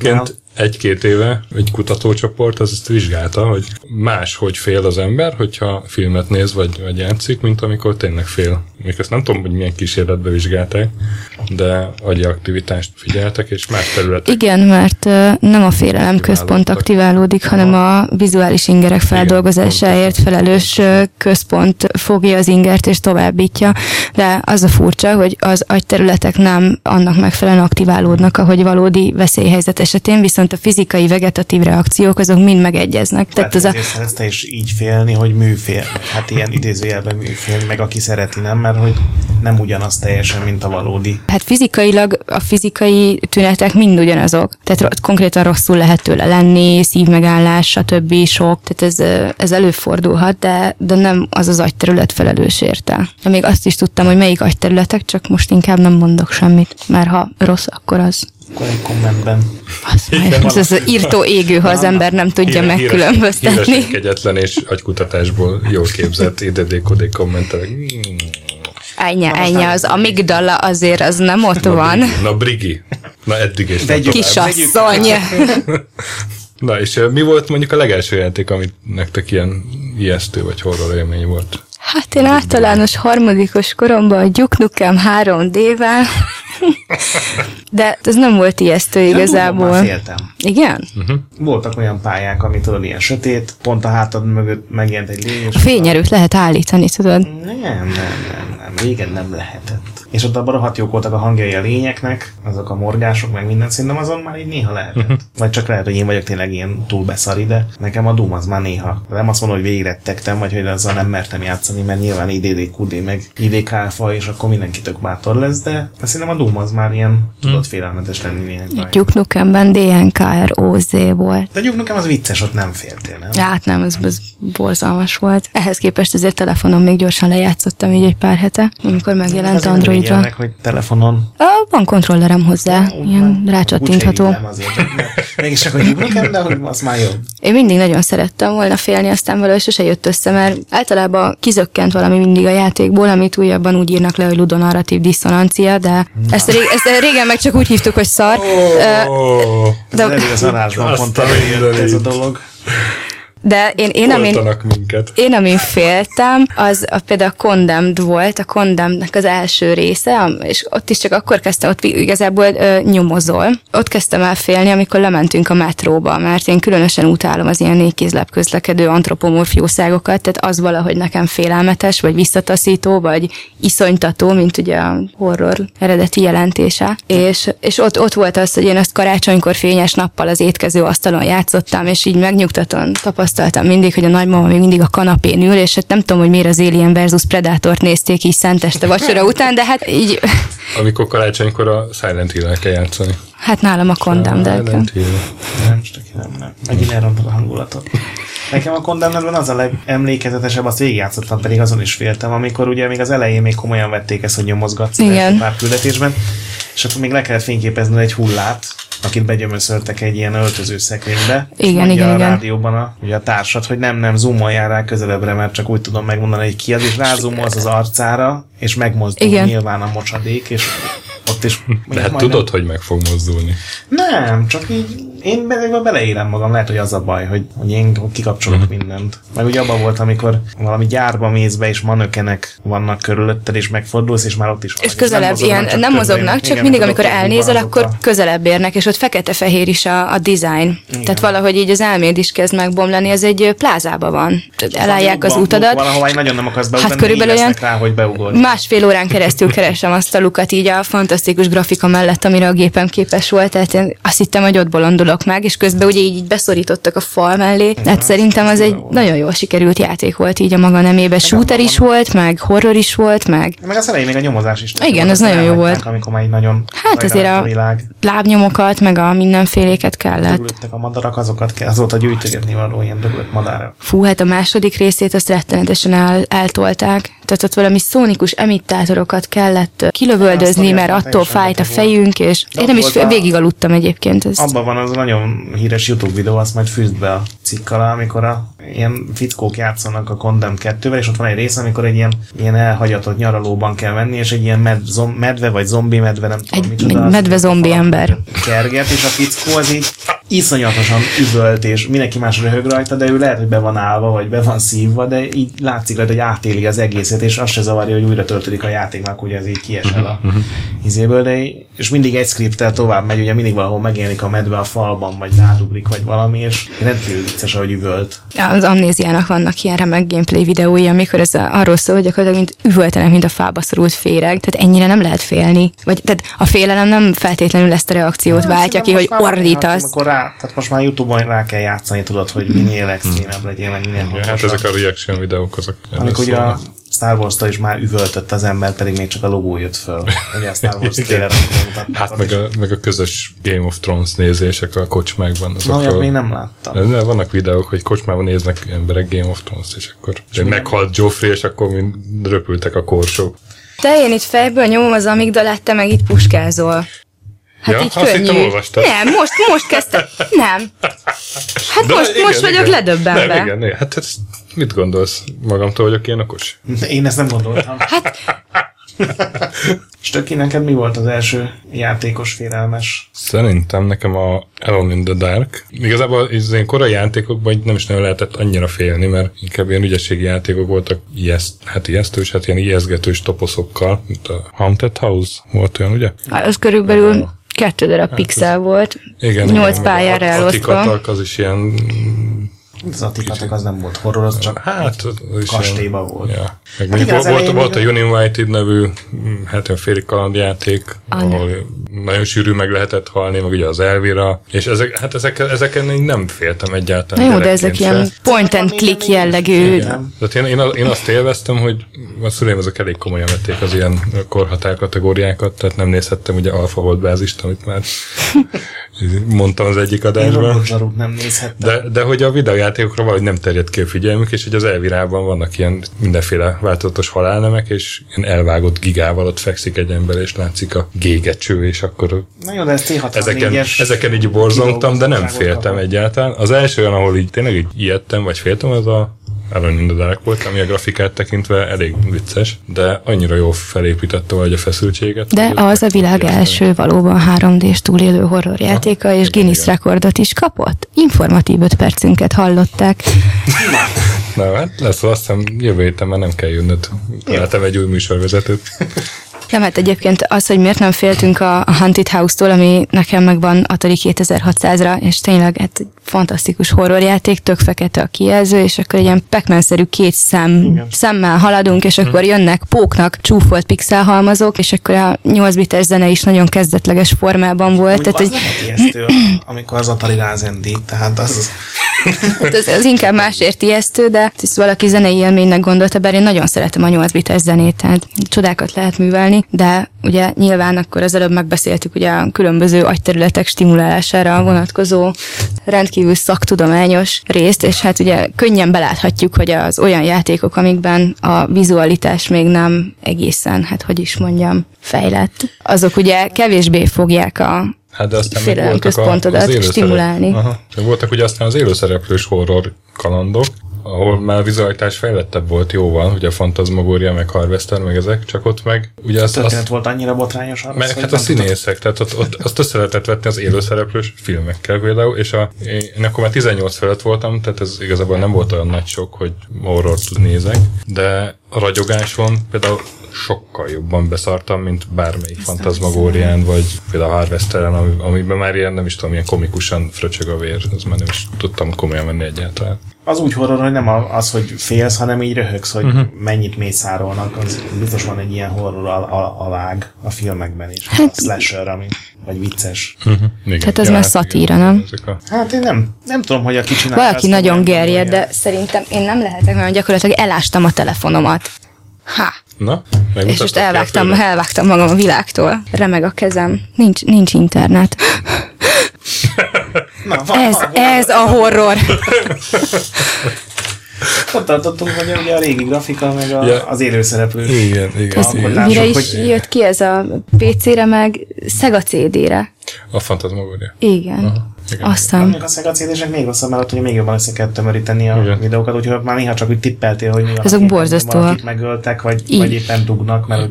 [SPEAKER 1] egy-két éve egy kutatócsoport az ezt vizsgálta, hogy máshogy fél az ember, hogyha filmet néz, vagy, vagy játszik, mint amikor tényleg fél. Még ezt nem tudom, hogy milyen kísérletbe vizsgálták, de agyi aktivitást figyeltek, és más területek.
[SPEAKER 3] Igen, mert uh, nem a félelem központ aktiválódik, hanem a vizuális ingerek feldolgozásáért felelős uh, központ fogja az ingert és továbbítja, de az a furcsa, hogy az agyterületek nem annak megfelelően aktiválódnak, ahogy valódi veszélyhelyzet esetén, viszont a fizikai vegetatív reakciók azok mind megegyeznek.
[SPEAKER 2] Tehát ez a... szeretsz is így félni, hogy műfél. Hát ilyen idézőjelben műfélni, meg aki szereti, nem, mert hogy nem ugyanaz teljesen, mint a valódi.
[SPEAKER 3] Hát fizikailag a fizikai tünetek mind ugyanazok. Tehát konkrétan rosszul lehet tőle lenni, szívmegállás, stb. Sok. Tehát ez, ez előfordulhat, de, de nem az az agyterület felelős érte. De még azt is tudtam, hogy melyik agyterületek, csak most inkább nem mondok semmit, mert ha rossz, akkor az...
[SPEAKER 2] Akkor egy kommentben.
[SPEAKER 3] Ez az írtó égő, ha az ember nem tudja híres, megkülönböztetni.
[SPEAKER 1] Híres, kegyetlen és agykutatásból jól képzett I D D K D kommentelek.
[SPEAKER 3] Ennyi, ennyi, az amigdala azért az nem ott
[SPEAKER 1] na,
[SPEAKER 3] van.
[SPEAKER 1] Brigi. Na, Brigi. Na, eddig és nem tovább.
[SPEAKER 3] Kisasszony.
[SPEAKER 1] Na, és mi volt mondjuk a legelső játék, amit nektek ilyen ijesztő vagy horror élmény volt?
[SPEAKER 3] Hát én általános harmadikos koromban a Duke Nukem három dé-vel, de ez nem volt ijesztő igazából.
[SPEAKER 2] Már féltem.
[SPEAKER 3] Igen?
[SPEAKER 1] Uh-huh.
[SPEAKER 2] Voltak olyan pályák, amit tudod, ilyen sötét, pont a hátad mögött megjelent egy lény.
[SPEAKER 3] A fényerőt a... lehet állítani, tudod?
[SPEAKER 2] Nem, nem, nem, nem. Régen nem lehetett. És ott abban rohadt jók voltak a hangjai a lényeknek, azok a morgások, meg minden, szerintem azon már így néha lehetett. Uh-huh. Vagy csak lehet, hogy én vagyok tényleg ilyen túl beszari, de nekem a Doom az már néha. Nem azt mondom, hogy végrettegtem, vagy hogy azzal nem mertem játszani, mert nyilván I D D Q D meg I D K F A, és akkor mindenki tök bátor lesz, de szerintem a Doom az már ilyen hmm. tudott félelmetes lenni néhány pályán.
[SPEAKER 3] Duke Nukemben D N K R O Z volt.
[SPEAKER 2] De Duke Nukem az vicces, ott nem féltél, nem?
[SPEAKER 3] Hát nem, ez, ez borzalmas volt. Ehhez képest azért telefonon még gyorsan lejátszottam így egy pár hete, amikor megjelent Androidra.
[SPEAKER 2] Ilyenek, hogy telefonon.
[SPEAKER 3] A, van kontrollerem hozzá, ja, ilyen rácsattintható.
[SPEAKER 2] Mégis csak, hogy Duke Nukem, de hogy az már jobb.
[SPEAKER 3] Én mindig nagyon szerettem volna félni, aztán valahogy sose jött össze, mert általában kizökkent valami mindig a játékból, amit újabban úgy írnak le, hogy ludonarratív diszonancia, de ezt, ré, ezt régen meg csak úgy hívtuk, hogy szar.
[SPEAKER 2] Oh, uh, de ez elég az arásban pont ez a dolog.
[SPEAKER 3] De én, én, amin, én amin féltem, az a, például a Condemned volt, a Condemnednek az első része, és ott is csak akkor kezdtem, ott igazából ö, nyomozol. Ott kezdtem el félni, amikor lementünk a metróba, mert én különösen utálom az ilyen négykézláb közlekedő antropomorf jószágokat, tehát az valahogy nekem félelmetes, vagy visszataszító, vagy iszonytató, mint ugye a horror eredeti jelentése. És, és ott, ott volt az, hogy én azt karácsonykor fényes nappal az étkező asztalon játszottam, és így megnyugtatóan tapasztaltam mindig, hogy a nagymama még mindig a kanapén ül, és hát nem tudom, hogy miért az Alien versus Predátort nézték így szenteste vacsora után, de hát így...
[SPEAKER 1] Amikor karácsonykor a Silent Hill-el kell játszani.
[SPEAKER 3] Hát nálam a Condemned.
[SPEAKER 2] Nem, most aki nem, nem. Megint elrontad a hangulatot. Nekem a Condemnedben az a legemlékezetesebb, azt végigjátszottam, pedig azon is féltem, amikor ugye még az elején még komolyan vették ezt, hogy nyomozgatsz pár küldetésben, és akkor még le kellett fényképezni egy hullát, akit begyömöszöltek egy ilyen öltöző szekrénybe.
[SPEAKER 3] Igen, igen,
[SPEAKER 2] a
[SPEAKER 3] igen.
[SPEAKER 2] rádióban a, ugye a társad, hogy nem, nem, zoomoljál rá közelebbre, mert csak úgy tudom megmondani, hogy ki az, és rázumolsz az arcára, és megmozdul igen. Nyilván a mocsadék, és ott is...
[SPEAKER 1] De hát tudod, hogy meg fog mozdulni.
[SPEAKER 2] Nem, csak így én be, beleérem magam, lehet, hogy az a baj, hogy, hogy én kikapcsolok uh-huh. mindent. Meg ugye abban volt, amikor valami gyárba mész be, és manökenek vannak körülötted, és megfordulsz, és már ott is
[SPEAKER 3] és közelebb, nem ilyen, nem mozognak, csak igen, mindig, amikor elnézel, akkor a... közelebb érnek, és ott fekete-fehér is a, a design. Igen. Tehát valahogy így az elméd is kezd megbomlani, ez egy plázában van. Elállják az utadat.
[SPEAKER 2] Valahová nagyon nem akarsz beugrani,
[SPEAKER 3] hát körülbelül olyan
[SPEAKER 2] rá, hogy beugolni.
[SPEAKER 3] Másfél órán keresztül keresem azt a lukat így a fantasztikus grafika mellett, amire a gépem képes volt, tehát én azt hittem, hogy ott bolondulok meg, és közben ugye így beszorítottak a fal mellé. Hát szerintem az egy nagyon jól sikerült játék volt így a maga nemében. Shooter is volt, meg horror is volt, meg...
[SPEAKER 2] Meg az elején még a nyomozás is.
[SPEAKER 3] Igen, az nagyon jó volt.
[SPEAKER 2] Amikor már így nagyon
[SPEAKER 3] hát azért a, a lábnyomokat, meg a mindenféléket kellett.
[SPEAKER 2] Döglöttek a madarak, azokat kell, azóta gyűjtögetni való ilyen döglött madárra.
[SPEAKER 3] Fú, hát a második részét azt rettenetesen el, eltolták. Tehát ott valami szónikus emittátorokat kellett kilövöldözni, mert attól fájt a fejünk, és én nem is végig aludtam egyébként. Ezt.
[SPEAKER 2] Abban van az nagyon híres YouTube videó, azt majd fűzd be a cikk alá, amikor a ilyen fickók játszanak a Condemned kettővel, és ott van egy rész, amikor egy ilyen, ilyen elhagyatott nyaralóban kell menni, és egy ilyen med, medve vagy zombi medve, nem tudom
[SPEAKER 3] egy
[SPEAKER 2] micsoda.
[SPEAKER 3] Medve zombi ember.
[SPEAKER 2] Kerget, és a fickó az így iszonyatosan üvölt, és mindenki más röhög rajta, de ő lehet, hogy be van állva, vagy be van szívva, de így látszik rajta, hogy átéli az egészet, és azt se zavarja, hogy újra töltődik a játéknak, ugye ez így kiesel a izéből, de és mindig egy scripttel tovább megy, ugye mindig valahol megjelenik a medve a falban, vagy rádugrik, vagy valami, és rendkívül vicces, ahogy üvölt.
[SPEAKER 3] Az Amnéziának vannak ilyen remek gameplay videói, amikor ez arról szól, hogy gyakorlatilag mint üvöltenek, mint a fába szorult féreg. Tehát ennyire nem lehet félni. Vagy, tehát a félelem nem feltétlenül ezt a reakciót váltja ki, hogy ordítasz.
[SPEAKER 2] Akkor rá, tehát most már YouTube-on rá kell játszani, tudod, hogy minél extrémebb legyen, meg minél
[SPEAKER 1] ja, hát ezek a reaction videók azok.
[SPEAKER 2] Amikor ugye a Star Wars-tól is már üvöltött az ember, pedig még csak a logó jött föl. Ugye a Star Wars trailer,
[SPEAKER 1] hát meg a, meg a közös Game of Thrones nézések a kocsmákban.
[SPEAKER 2] Na, olyat még nem láttam.
[SPEAKER 1] De vannak videók, hogy kocsmában néznek emberek Game of Thrones, és akkor és meghalt Joffrey, és akkor mind röpültek a korsók.
[SPEAKER 3] Te én itt fejből nyomom az amigdalát, te meg itt puskázol. Hát
[SPEAKER 1] ja,
[SPEAKER 3] így
[SPEAKER 1] azt
[SPEAKER 3] könnyű.
[SPEAKER 1] hittem, olvastad.
[SPEAKER 3] Nem, most, most kezdtem. Nem. Hát de most, igen, most vagyok igen. ledöbbenve.
[SPEAKER 1] Nem, igen, igen. Hát ezt mit gondolsz? Magamtól vagyok én okos?
[SPEAKER 2] Én ezt nem gondoltam.
[SPEAKER 3] Hát...
[SPEAKER 2] Stöki, neked mi volt az első játékos félelmes?
[SPEAKER 1] Szerintem nekem a Alone in the Dark. Igazából az én korai játékokban nem is nagyon lehetett annyira félni, mert inkább ilyen ügyességi játékok voltak, ijeszt, hát ijesztős, hát ilyen ijesztgetős toposzokkal, mint a Haunted House volt olyan, ugye?
[SPEAKER 3] Az körülbelül kettő darab hát pixel az, volt, igen, nyolc igen, pályára elosztva.
[SPEAKER 1] A Atikatak az is ilyen...
[SPEAKER 2] Az Atikatak az nem volt horror, az csak
[SPEAKER 1] hát, az
[SPEAKER 2] kastélyban volt.
[SPEAKER 1] Ja. Meg hát igen, volt, volt, volt a Uninvited nevű, hát olyan félig kalandjáték, ahol nem. nagyon sűrű meg lehetett halni, meg ugye az Elvira, és ezek, hát ezek, ezeken én nem féltem egyáltalán.
[SPEAKER 3] Jó, de ezek se. Ilyen point and click jellegű.
[SPEAKER 1] Tehát én, én, én azt élveztem, hogy a szüleim azok elég komolyan vették az ilyen korhatár kategóriákat, tehát nem nézhettem ugye Alpha Volt bázist, amit már mondtam az egyik adásban.
[SPEAKER 2] Nem nézhettem.
[SPEAKER 1] De, de hogy a videójátékokra valahogy nem terjed ki a figyelmük, és hogy az Elvirában vannak ilyen mindenféle változatos halálnemek, és ilyen elvágott gigával ott fekszik egy ember, és látszik a gégecső, és akkor
[SPEAKER 2] na jó, de ez
[SPEAKER 1] ezeken, ezeken így borzongtam, de nem féltem egyáltalán. Az első olyan, ahol így tényleg így ijedtem, vagy féltem, az a Alone in the Dark volt, ami a grafikát tekintve elég vicces, de annyira jól felépítette vagy a feszültséget.
[SPEAKER 3] De az a világ első valóban három dés túlélő horrorjátéka, és Guinness rekordot is kapott. Informatív öt percünket hallották.
[SPEAKER 1] Na hát lesz, azt hiszem jövő héten már nem kell jönnöd. Találtam egy új műsorvezetőt.
[SPEAKER 3] Nem, hát egyébként az, hogy miért nem féltünk a Haunted House-tól, ami nekem megvan Atari kétezer-hatszázra, és tényleg hát egy fantasztikus horrorjáték, tök fekete a kijelző, és akkor egy ilyen Pac-Man-szerű két szem, szemmel haladunk, és akkor jönnek póknak csúfolt pixelhalmazók, és akkor a nyolc bites zene is nagyon kezdetleges formában volt.
[SPEAKER 2] Amikor
[SPEAKER 3] tehát,
[SPEAKER 2] az hogy... nem ijesztő, amikor az Atari rázendi, tehát az...
[SPEAKER 3] hát az, az inkább másért ijesztő, de ezt valaki zenei élménynek gondolta, bár én nagyon szeretem a nyolc bites zenét, tehát csodákat lehet művelni, de ugye nyilván akkor az előbb megbeszéltük ugye a különböző agyterületek stimulálására vonatkozó rendkívül szaktudományos részt, és hát ugye könnyen beláthatjuk, hogy az olyan játékok, amikben a vizualitás még nem egészen, hát hogy is mondjam, fejlett, azok ugye kevésbé fogják a
[SPEAKER 1] hát de aztán
[SPEAKER 3] félelemközpontodat stimulálni.
[SPEAKER 1] Aha. Voltak ugye aztán az élőszereplős horror kalandok, ahol már vizualitás fejlettebb volt jóval, ugye a Fantasmagoria, meg Harvester, meg ezek, csak ott meg ugye az...
[SPEAKER 2] történet volt annyira botrányos arra,
[SPEAKER 1] meg hát a színészek, tehát ott, ott azt össze lehetett vetni az élőszereplős filmekkel például, és a, én akkor már tizennyolc felett voltam, tehát ez igazából nem volt olyan nagy sok, hogy horrort nézek, de a ragyogáson például sokkal jobban beszartam, mint bármelyik Fantasmagórián, vagy például a Harvesteren, amiben már ilyen, nem is tudom, ilyen komikusan fröcsög a vér, az már nem is tudtam komolyan menni egyáltalán.
[SPEAKER 2] Az úgy horror, hogy nem az, hogy félsz, hanem így röhögsz, hogy uh-huh. mennyit mészárolnak, az biztos van egy ilyen horror alág a filmekben is, hát, a slasher, ami, vagy vicces.
[SPEAKER 1] Uh-huh. Igen,
[SPEAKER 3] tehát az ja, már szatíra, nem?
[SPEAKER 2] A... Hát én nem, nem tudom, hogy a kicsinál...
[SPEAKER 3] Valaki nagyon gerjed, de szerintem én nem lehetek, mert gyakorlatilag elástam a telefonomat. Ha!
[SPEAKER 1] Na,
[SPEAKER 3] és most elvágtam, elvágtam magam a világtól. Remeg a kezem. Nincs, nincs internet.
[SPEAKER 2] Na, van,
[SPEAKER 3] ez,
[SPEAKER 2] van,
[SPEAKER 3] ez a horror.
[SPEAKER 2] Ott tartottunk, hogy ugye a régi grafika, meg a, yeah. az élőszereplős.
[SPEAKER 1] Igen, igen.
[SPEAKER 3] Ez mire is hogy... jött ki ez a pé cére, meg Sega cé dére?
[SPEAKER 1] A Fantasmagoria.
[SPEAKER 3] Igen. Aha. Aztán.
[SPEAKER 2] A Sega cé dések még rosszabb, mert ott ugye még jobban össze kell tömöríteni a igen. videókat, úgyhogy már néha csak úgy tippeltél, hogy mi van.
[SPEAKER 3] Ezek borzasztóak.
[SPEAKER 2] Valakit megöltek, vagy, vagy éppen dugnak, mert ugye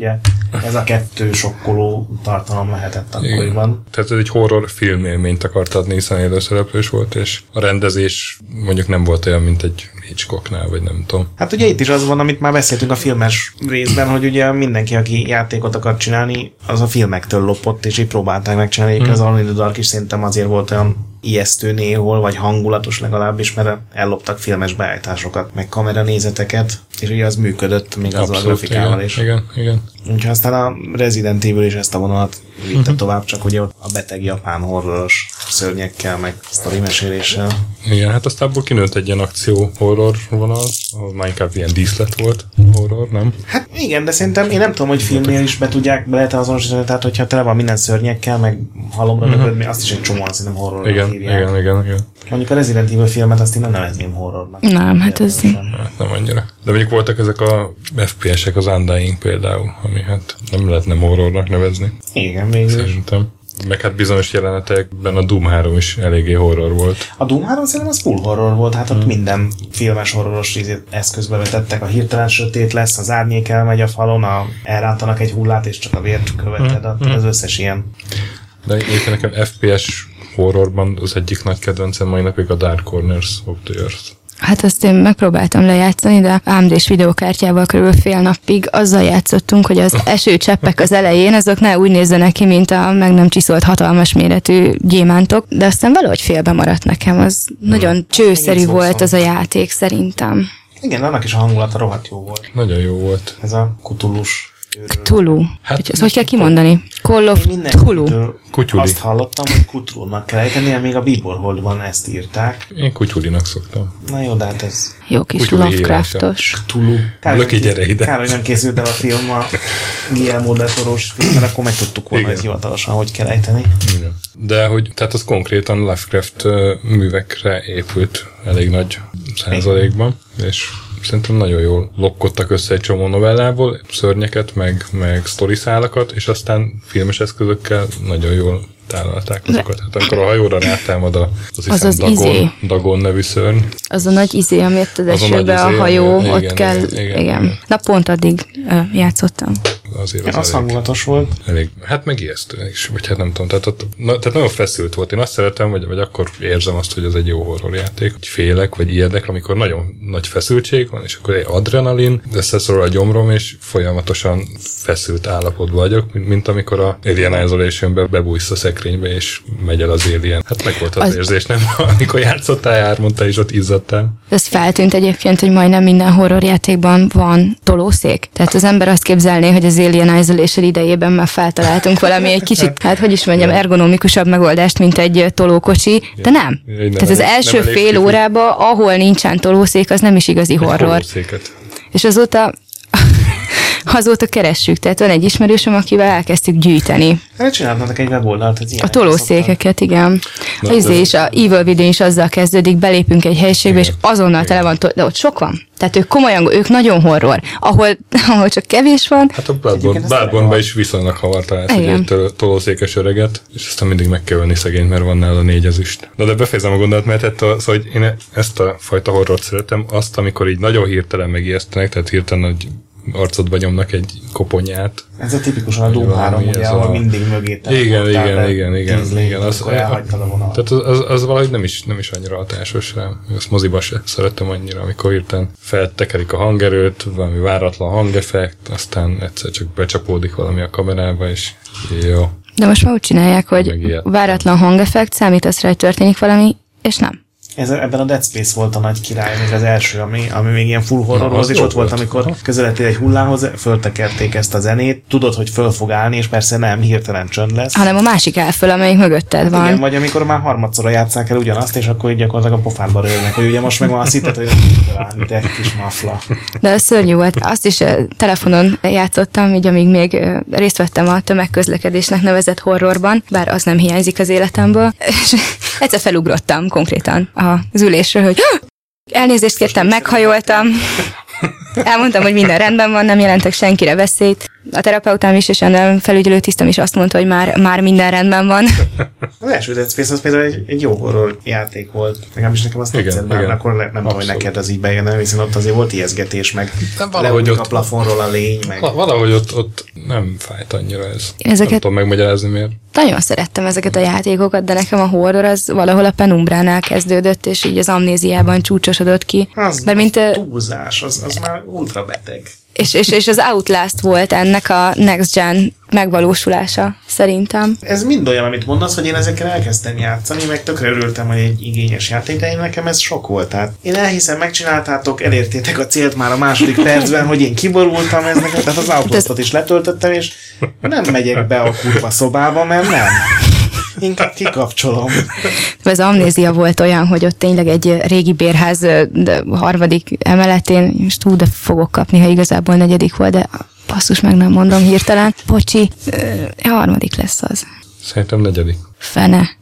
[SPEAKER 2] ez a kettő sokkoló tartalom lehetett akkoriban.
[SPEAKER 1] Tehát ez egy horror filmélményt akart adni, hiszen élőszereplős volt, és a rendezés mondjuk nem volt olyan, mint egy Hitchcocknál, vagy nem tudom.
[SPEAKER 2] Hát ugye itt is az van, amit már beszéltünk a filmes részben, hogy ugye mindenki, aki játékot akar csinálni, az a filmektől lopott, és így próbálták megcsinálni. Hmm. Az Alone in the Dark is szerintem azért volt olyan ijesztő néhol, vagy hangulatos legalábbis, mert elloptak filmes beállításokat, meg kameranézeteket, és ugye az működött még azzal a grafikával
[SPEAKER 1] igen,
[SPEAKER 2] is.
[SPEAKER 1] Igen, igen.
[SPEAKER 2] Úgyhogy aztán a Resident Evil is ezt a vonalat vitte uh-huh. tovább, csak ugye ott a beteg japán horroros szörnyekkel, meg sztori meséléssel.
[SPEAKER 1] Igen, hát aztán abból kinőtt egy ilyen akció horror vonal, ahol már inkább ilyen díszlet volt horror, nem?
[SPEAKER 2] Hát igen, de szerintem én nem tudom, hogy filmnél is be tudják, be lehet azonosítani, tehát hogyha tele van minden szörnyekkel, meg halomra uh-huh. nöködni, azt is egy csomóan szerintem horrornak
[SPEAKER 1] igen,
[SPEAKER 2] hívják.
[SPEAKER 1] Igen, igen, igen.
[SPEAKER 2] Mondjuk a Resident Evil filmet azt én nem nevezném horrornak.
[SPEAKER 3] Nem, hát ez...
[SPEAKER 1] Hát nem annyira. De mondjuk voltak ezek a ef pé esek, az Undying például, ami hát nem lehet nem horrornak nevezni.
[SPEAKER 2] Igen, végül.
[SPEAKER 1] Szerintem. Meg hát bizonyos jelenetekben a Doom három is eléggé horror volt.
[SPEAKER 2] A Doom három szerintem az full horror volt, hát ott hmm. minden filmes horroros eszközbe vetettek, a hirtelen sötét lesz, az árnyék elmegy a falon, a, elrántanak egy hullát, és csak a vért követed, hmm. az összes ilyen.
[SPEAKER 1] De én nekem ef pé es horrorban az egyik nagy kedvencem mai napig a Dark Corners of the Earth.
[SPEAKER 3] Hát azt én megpróbáltam lejátszani, de á em dés videókártyával körülbelül fél napig azzal játszottunk, hogy az esőcseppek az elején, azok ne úgy nézzenek ki, mint a meg nem csiszolt hatalmas méretű gyémántok, de aztán valahogy félbe maradt nekem. Az hmm. nagyon csőszerű volt az a játék szerintem.
[SPEAKER 2] Igen, annak is a hangulata rohadt jó volt.
[SPEAKER 1] Nagyon jó volt.
[SPEAKER 2] Ez a kutulus.
[SPEAKER 3] Cthulhu. Hát, hogy, hogy kell kimondani? Call of Cthulhu.
[SPEAKER 2] Azt hallottam, hogy Cthulhunak kell ejteni, még a Billboardban ezt írták.
[SPEAKER 1] Én Cthulhunak szoktam.
[SPEAKER 2] Na jó, de hát ez...
[SPEAKER 3] Jó kis Lovecraftos.
[SPEAKER 2] Cthulhu.
[SPEAKER 1] Löki, gyere ide.
[SPEAKER 2] Kár, hogy nem készült el a film, a Guillermo del Toros film, mert akkor megtudtuk volna, hogy hivatalosan hogy kell ejteni.
[SPEAKER 1] Igen. De hogy, tehát az konkrétan Lovecraft művekre épült elég nagy százalékban, és szerintem nagyon jól lopkodtak össze egy csomó novellából, szörnyeket, meg, meg sztoriszálakat, és aztán filmes eszközökkel nagyon jól tálalták azokat. Hát amikor a hajóra rátámad a, az, az, az Dagon, izé. Dagon nevű szörny.
[SPEAKER 3] Az a nagy izé, amit az esőbe a, a hajó, igen, ott igen, kell, igen, igen, igen. igen. Na pont addig uh, játszottam.
[SPEAKER 2] Azért az, ja, az hangulatos volt.
[SPEAKER 1] Elég, hát meg ijesztő is, vagy hát nem tudom, tehát, ott, na, tehát nagyon feszült volt. Én azt szeretem, vagy, vagy akkor érzem azt, hogy ez egy jó horrorjáték, hogy félek, vagy ijedek, amikor nagyon nagy feszültség van, és akkor egy adrenalin, összeszorul a gyomrom, és folyamatosan feszült állapotban vagyok, mint, mint amikor a Alien Isolation-be bebújsz a szekrénybe, és megy el az Alien. Hát meg volt az, az... érzés, nem? Amikor játszottál, jármondtál, és ott izzadtál.
[SPEAKER 3] Ez feltűnt egyébként, hogy majdnem minden horrorjátékban van tolószék. Tehát az ember azt képzelné, hogy az Alien Isolation idejében már feltaláltunk valami egy kicsit, hát hogy is mondjam, ergonomikusabb megoldást, mint egy tolókocsi, de nem. nem Tehát az első fél órában, ahol nincsen tolószék, az nem is igazi horror. És azóta azóta keressük, tehát van egy ismerősöm, akivel elkezdtük gyűjteni.
[SPEAKER 2] Hát csinálnak egy weboldalt, az ilyen.
[SPEAKER 3] A tolószékeket, igen. Na, az is, a Evil Within is azzal kezdődik, belépünk egy helyiségbe, és azonnal igen. tele van, tol- de ott sok van. Tehát ők komolyan, ők nagyon horror. Ahol, ahol csak kevés van.
[SPEAKER 1] Hát a Bloodborne-ban is viszonylag hamar találsz egy tolószékes öreget, és aztán mindig meg kell ölni szegényt, mert van nála négy ezüst. Na de befejezem a gondolat, mert hát a, szóval, hogy én ezt a fajta horrort szeretem, azt, amikor így nagyon hirtelen megijesztenek, tehát hirtelen nagy arcodba nyomnak egy koponyát.
[SPEAKER 2] Ez a tipikusan a Doom három, ugye, ahol a... mindig mögé
[SPEAKER 1] igen, igen, igen, igen, igen. Az,
[SPEAKER 2] elhagytad a vonalat.
[SPEAKER 1] Tehát az, az, az valahogy nem is, nem is annyira hatásos rám. Azt moziba se szeretem annyira, amikor hirtelen feltekerik a hangerőt, valami váratlan hangeffekt, aztán egyszer csak becsapódik valami a kamerába, és jó.
[SPEAKER 3] De most már úgy csinálják, hogy váratlan hangeffekt, számítasz rá, hogy történik valami, és nem.
[SPEAKER 2] Ez, ebben a Dead Space volt a nagy király, még az első, ami, ami még ilyen full horror volt, és ott volt, amikor közeledtél egy hullához, föltekerték ezt a zenét, tudod, hogy föl fog állni, és persze nem, hirtelen csönd lesz.
[SPEAKER 3] Hanem a másik áll föl, amelyik mögötted hát van.
[SPEAKER 2] Igen, vagy amikor már harmadszorra játsszák el ugyanazt, és akkor így gyakorlatilag a pofádba rölnek, hogy ugye most meg van azt hitted, hogy állni, te kis mafla.
[SPEAKER 3] De az szörnyű volt. Azt is telefonon játszottam, így amíg még részt vettem a tömegközlekedésnek nevezett horrorban, bár az nem hiányzik az életemből. És egyszer felugrottam konkrétan az ülésről, hogy elnézést kértem, meghajoltam. Elmondtam, hogy minden rendben van, nem jelentek senkire veszélyt. A terapeutám is, és a felügyelő tisztem is azt mondta, hogy már, már minden rendben van.
[SPEAKER 2] Az első Dead Space az például egy, egy jó horror játék volt. Legalábbis nekem azt tetszett, bár akkor nem tudom, hogy neked az így bejön, hiszen ott azért volt ijeszgetés, meg leúlik a plafonról a lény, meg...
[SPEAKER 1] Valahogy ott, ott nem fájt annyira ez.
[SPEAKER 3] Ezeket...
[SPEAKER 1] Nem tudom megmagyarázni miért.
[SPEAKER 3] Nagyon szerettem ezeket a játékokat, de nekem a horror az valahol a Penumbránál kezdődött, és így az amnéziában csúcsosodott ki.
[SPEAKER 2] Az
[SPEAKER 3] mert mint
[SPEAKER 2] túlzás, az, az már ultra beteg.
[SPEAKER 3] És, és, és az Outlast volt ennek a Next Gen megvalósulása, szerintem.
[SPEAKER 2] Ez mind olyan, amit mondasz, hogy én ezekkel elkezdtem játszani, meg tökre örültem, hogy egy igényes játék, de én nekem ez sok volt. Tehát én elhiszem, megcsináltátok, elértétek a célt már a második percben, hogy én kiborultam eznek, tehát az Outlastot is letöltöttem, és nem megyek be a kurva szobába, mert nem. Inkább kikapcsolom.
[SPEAKER 3] Az amnézia volt olyan, hogy ott tényleg egy régi bérház de harmadik emeletén, most úgy, de fogok kapni, ha igazából negyedik volt, de basszus, meg nem mondom hirtelen. Bocsi, a harmadik lesz az.
[SPEAKER 1] Szerintem negyedik.
[SPEAKER 3] Fene.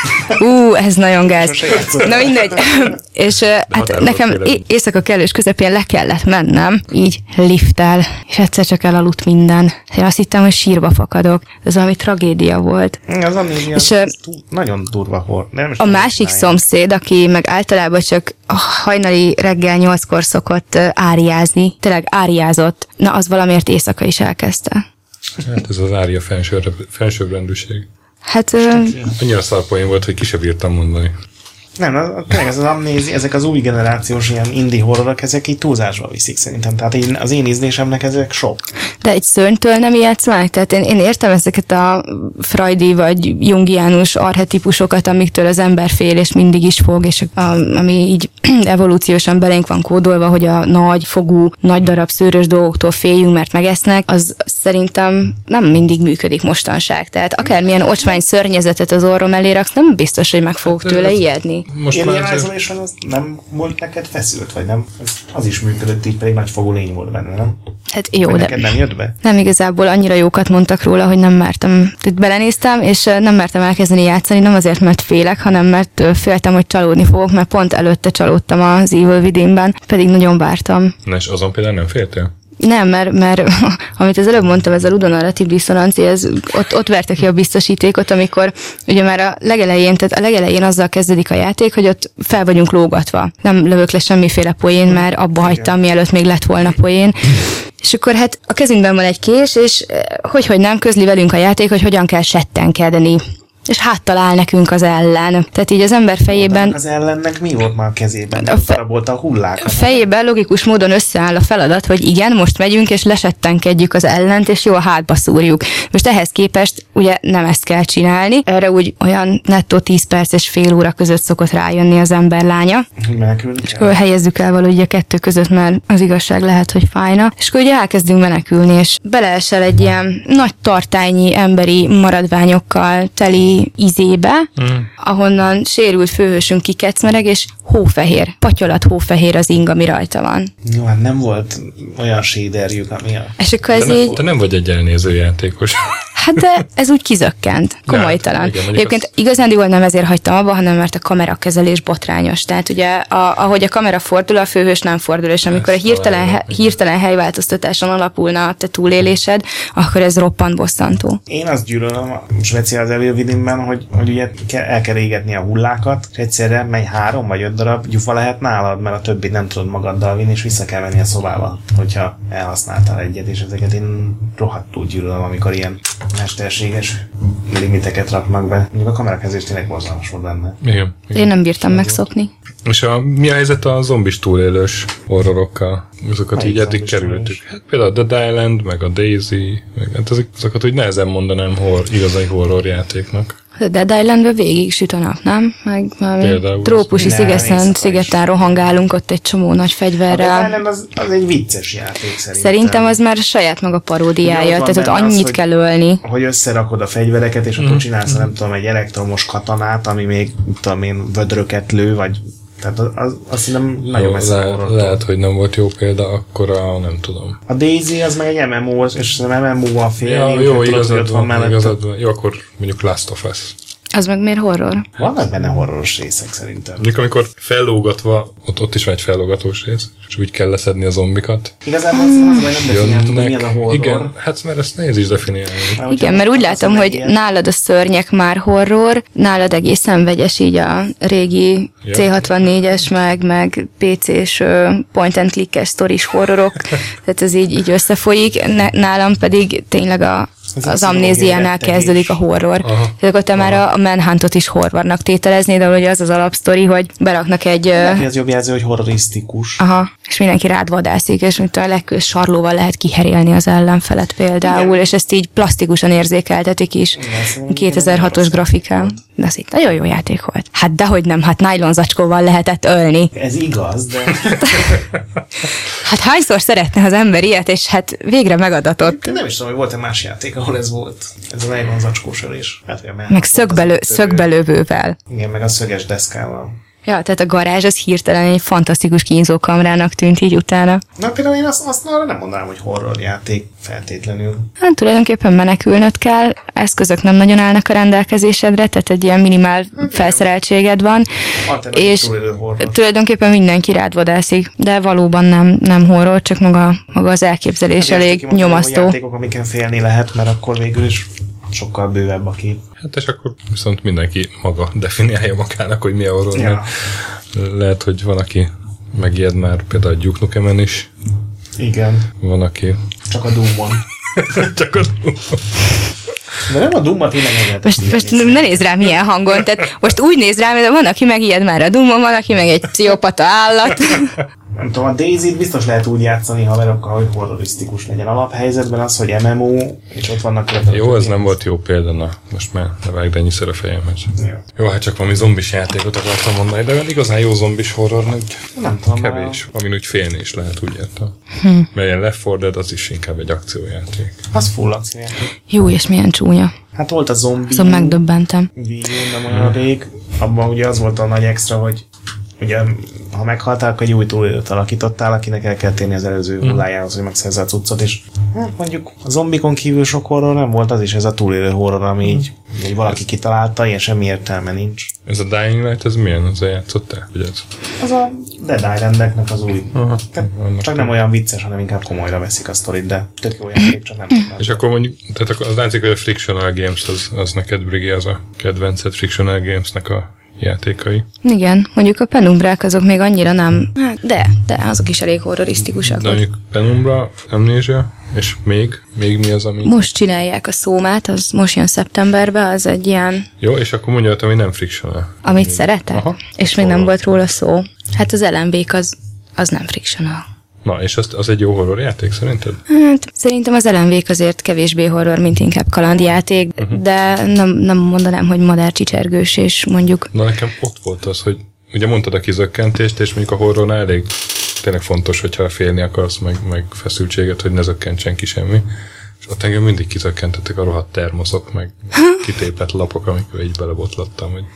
[SPEAKER 3] Ú, ez nagyon gáz. Na mindegy. És hát nekem éjszaka kellős közepén le kellett mennem, így lifttel, és egyszer csak elaludt minden. Én azt hittem, hogy sírba fakadok. Ez valami tragédia volt.
[SPEAKER 2] Az amnézia és az nagyon durva volt.
[SPEAKER 3] A másik szomszéd, aki meg általában csak a hajnali reggel nyolckor szokott áriázni, tényleg áriázott, na az valamiért éjszaka is elkezdte.
[SPEAKER 1] Hát ez az ária felsőbbrendűség.
[SPEAKER 3] Hát...
[SPEAKER 1] Annyira szarpoén volt, hogy ki sem bírtam mondani.
[SPEAKER 2] Nem, az, tényleg ez az amnézi, ezek az új generációs ilyen indie horrorok, ezek így túlzásba viszik szerintem. Tehát én, az én ízlésemnek ezek sok.
[SPEAKER 3] De egy szörnytől nem ijedsz meg? Tehát én, én értem ezeket a freudi vagy jungiánus archetipusokat, amiktől az ember fél és mindig is fog, és a, ami így evolúciósan belénk van kódolva, hogy a nagy fogú, nagy darab szőrös dolgoktól féljünk, mert megesznek, az szerintem nem mindig működik mostanság. Tehát akármilyen ocsmány szörnyezetet az orrom elé raksz, nem biztos, hogy meg fogok hát, tőle ijedni.
[SPEAKER 2] Most Alien Isolation az nem volt neked feszült, vagy nem? Az is működött, így pedig nagy fogú lény volt benne, nem?
[SPEAKER 3] Hát jó,
[SPEAKER 2] vagy
[SPEAKER 3] de
[SPEAKER 2] neked nem jött be?
[SPEAKER 3] Nem igazából annyira jókat mondtak róla, hogy nem mertem. Tehát belenéztem, és nem mertem elkezdeni játszani, nem azért, mert félek, hanem mert féltem, hogy csalódni fogok, mert pont előtte csalódtam az Evil Within-ben, pedig nagyon vártam.
[SPEAKER 1] Na és azon például nem féltél?
[SPEAKER 3] Nem, mert, mert amit az előbb mondtam, ez a ludonarratív diszonancia, ez, ott, ott verte ki a biztosítékot, amikor ugye már a legelején, tehát a legelején azzal kezdődik a játék, hogy ott fel vagyunk lógatva. Nem lövök le semmiféle poén, mert abba hagytam, mielőtt még lett volna poén. És akkor hát a kezünkben van egy kés, és hogy, hogy nem közli velünk a játék, hogy hogyan kell settenkedni. És háttal áll nekünk az ellen. Tehát így az ember fejében...
[SPEAKER 2] Az ellennek mi volt már a kezében? A fe... a hullák.
[SPEAKER 3] A fejében logikus módon összeáll a feladat, hogy igen, most megyünk, és lesettenkedjük az ellent, és jól hátba szúrjuk. Most ehhez képest ugye nem ezt kell csinálni. Erre úgy olyan nettó tíz perc és fél óra között szokott rájönni az ember lánya.
[SPEAKER 2] Menekülni
[SPEAKER 3] és akkor helyezzük el valahogy a kettő között, mert az igazság lehet, hogy fájna. És akkor ugye elkezdünk menekülni, és beleesel egy ilyen nagy tartálynyi emberi maradványokkal teli izébe, mm. ahonnan sérült főhősünk kikecmereg, és hófehér, patyolat hófehér az ing, ami rajta van.
[SPEAKER 2] Jó, hát nem volt olyan séderjük, ami a...
[SPEAKER 3] És akkor ez
[SPEAKER 1] te,
[SPEAKER 3] így...
[SPEAKER 1] nem, te nem vagy egy elnéző játékos.
[SPEAKER 3] Hát de ez úgy kizökkent, komolytalan. Ja, Egyébként az... igazándiból nem ezért hagytam abba, hanem mert a kamerakezelés botrányos. Tehát ugye, a, ahogy a kamera fordul, a főhős nem fordul, és amikor ez a hirtelen, he, hirtelen helyváltoztatáson alapulna a te túlélésed, akkor ez roppant bosszantó.
[SPEAKER 2] Én azt gyűlölöm a speciál az Evil Within-ben, hogy, hogy ugye el kell égetni a hullákat, és egyszerre megy három vagy öt darab gyufa lehet nálad, mert a többit nem tudod magaddal vinni, és vissza kell menni a szobába, hogyha elhasználtál egyet, és ezeket én rohadtul gyűlölöm, amikor ilyen mesterséges limiteket raknak be. Mondjuk a kamerakezés tényleg borzalmas volt benne.
[SPEAKER 1] Igen, igen.
[SPEAKER 3] Én nem bírtam megszokni.
[SPEAKER 1] És a, mi a helyzet a zombis túlélős horrorokkal? Azokat Melyik így eddig kerültük. Hát például a Dead Island, meg a Daisy, meg hát azok, azokat úgy nehezen mondanám hor, igazai horror játéknak.
[SPEAKER 3] A Dead Islandből végig süt a nap, nem? Meg trópusi szigeten, szigeten rohangálunk ott egy csomó nagy fegyverrel.
[SPEAKER 2] A Dead Island az, az egy vicces játék szerintem.
[SPEAKER 3] Szerintem az már saját maga paródiája, tehát ott annyit az, kell ölni.
[SPEAKER 2] Hogy összerakod a fegyvereket, és mm. akkor csinálsz, mm. nem tudom, egy elektromos katonát, ami még, tudom én, vödröket lő, vagy tehát az, az, azt hiszem nagyon messze
[SPEAKER 1] le, lehet, hogy nem volt jó példa, akkor a, nem tudom.
[SPEAKER 2] A Daisy az meg egy em em o, és nem em em o a fél.
[SPEAKER 1] Ja, jó, igazad van, igazad van. Jó, akkor mondjuk Last of Us.
[SPEAKER 3] Az meg miért horror?
[SPEAKER 2] Vannak benne horroros részek szerintem.
[SPEAKER 1] Mondjuk amikor fellógatva, ott, ott is van egy fellógatós rész, és úgy kell leszedni a zombikat.
[SPEAKER 2] Igazából az, az, hogy nem definiáltuk, hogy milyen a horror.
[SPEAKER 1] Igen, hát mert ezt nehéz is definiálni.
[SPEAKER 3] Mert igen, mert úgy látom, hogy ilyen. Nálad a szörnyek már horror, nálad egészen vegyes így a régi ja. cé hatvannégyes, meg, meg pé cés point and click-es sztoris horrorok, tehát ez így, így összefolyik. Nálam pedig tényleg a Ez az amnéziánál kezdődik a horror. Aha. Tehát akkor te Aha. már a Manhuntot is horrornak tételeznéd, de ugye az az alapsztori, hogy beraknak egy...
[SPEAKER 2] Neki az jobb jelző, hogy horrorisztikus.
[SPEAKER 3] Aha, és mindenki rád vadászik, és mint a legkős sarlóval lehet kiherélni az ellenfelet például, igen. és ezt így plastikusan érzékeltetik is. Igen, kétezer-hatos grafikán. De az itt nagyon jó játék volt. Hát dehogy nem, hát nylon zacskóval lehetett ölni.
[SPEAKER 2] Ez igaz, de...
[SPEAKER 3] Hát hányszor szeretne az ember ilyet, és hát végre megadatott.
[SPEAKER 2] Én nem is tudom, hogy volt-e más játék, ahol ez volt. Ez a nylon zacskós ölés. Hát,
[SPEAKER 3] meg szögbelő, szögbelővővel.
[SPEAKER 2] Igen, meg a szöges deszkával.
[SPEAKER 3] Ja, tehát a garázs az hirtelen egy fantasztikus kínzókamrának tűnt így utána.
[SPEAKER 2] Na például én azt, azt arra nem mondanám, hogy horror játék feltétlenül.
[SPEAKER 3] Hát tulajdonképpen menekülnöd kell, eszközök nem nagyon állnak a rendelkezésedre, tehát egy ilyen minimál hát, felszereltséged van, és tulajdonképpen mindenki rád vadászik, de valóban nem, nem horror, csak maga, maga az elképzelés hát, elég nyomasztó.
[SPEAKER 2] Játékok, amiken félni lehet, mert akkor végül is sokkal bővebb a kép.
[SPEAKER 1] Hát és akkor viszont mindenki maga definiálja magának, hogy mi a horror. Ja. Lehet, hogy van, aki megijed már például a Duke Nukemen is.
[SPEAKER 2] Igen.
[SPEAKER 1] Van, aki...
[SPEAKER 2] Csak a Doom-on.
[SPEAKER 1] Csak a Doom-on.
[SPEAKER 2] De nem a Doom-ot tényleg lehet.
[SPEAKER 3] Most, most ne nézd rám milyen hangon, tehát most úgy néz rám, hogy van, aki megijed már a Doom-on, van, aki meg egy pszichopata állat.
[SPEAKER 2] Nem tudom, a DayZ-t biztos lehet úgy játszani haverokkal, hogy horrorisztikus legyen. Alaphelyzetben az, hogy em em o, és ott vannak...
[SPEAKER 1] Jó, ez nem volt jó példa, na. Most már ne vágd ennyiszer a fejemhez. Jó. Jó, hát csak valami zombis játékot akartam mondani, de igazán jó zombis horror,
[SPEAKER 2] nem tudom,
[SPEAKER 1] kevés. Amin úgy félni is lehet, úgy értem. Hm. Mert ilyen Left four Dead, az is inkább egy akciójáték.
[SPEAKER 2] Az full akciójáték.
[SPEAKER 3] Jó, és milyen csúnya.
[SPEAKER 2] Hát volt a zombi.
[SPEAKER 3] Szóval megdöbbentem.
[SPEAKER 2] Nem olyan rég. Abban ugye az volt a nagy extra, hogy ugye, ha meghaltál, akkor egy új túlélőt alakítottál, akinek el kell térni az előző hullájához, hogy megszerezze a cuccot, és hát mondjuk a zombikon kívül sok horror nem volt, az is ez a túlélő horror, ami így, így valaki kitalálta, ilyen semmi értelme nincs.
[SPEAKER 1] Ez a Dying Light, ez milyen? Azzal játszottál? Ugye ez?
[SPEAKER 2] Az a Dead Islandeknek az új. Aha, csak nem olyan vicces, hanem inkább komolyra veszik a sztorit, de tök jó játék, csak nem tudom.
[SPEAKER 1] És akkor mondjuk, tehát akkor az látszik, hogy a Frictional Games az, az neked, Brigi, az a kedvenced Frictional Gamesnek a játékai.
[SPEAKER 3] Igen, mondjuk a Penumbrák azok még annyira nem, hát de, de azok is elég horrorisztikusak.
[SPEAKER 1] De mondjuk Penumbra, Amnesia, és még, még mi az, ami...
[SPEAKER 3] Most csinálják a Szómát, az most jön szeptemberben, az egy ilyen...
[SPEAKER 1] Jó, és akkor mondja, hogy nem frictional.
[SPEAKER 3] Amit még... szeretek? Aha. És még nem volt róla szó. Hát az Alan Wake az, az nem frictional.
[SPEAKER 1] Na, és az, az egy jó horror játék, szerinted?
[SPEAKER 3] Hát, szerintem az Alan Wake azért kevésbé horror, mint inkább kalandjáték, uh-huh. de nem, nem mondanám, hogy madárcsicsergős, és mondjuk...
[SPEAKER 1] Na, nekem ott volt az, hogy ugye mondtad a kizökkentést, és mondjuk a horrornál elég tényleg fontos, hogyha félni akarsz, meg, meg feszültséget, hogy ne zökkentsen ki semmi. És ott engem mindig kizökkentettek a rohadt termoszok, meg kitépett lapok, amikor így belebotlottam, hogy...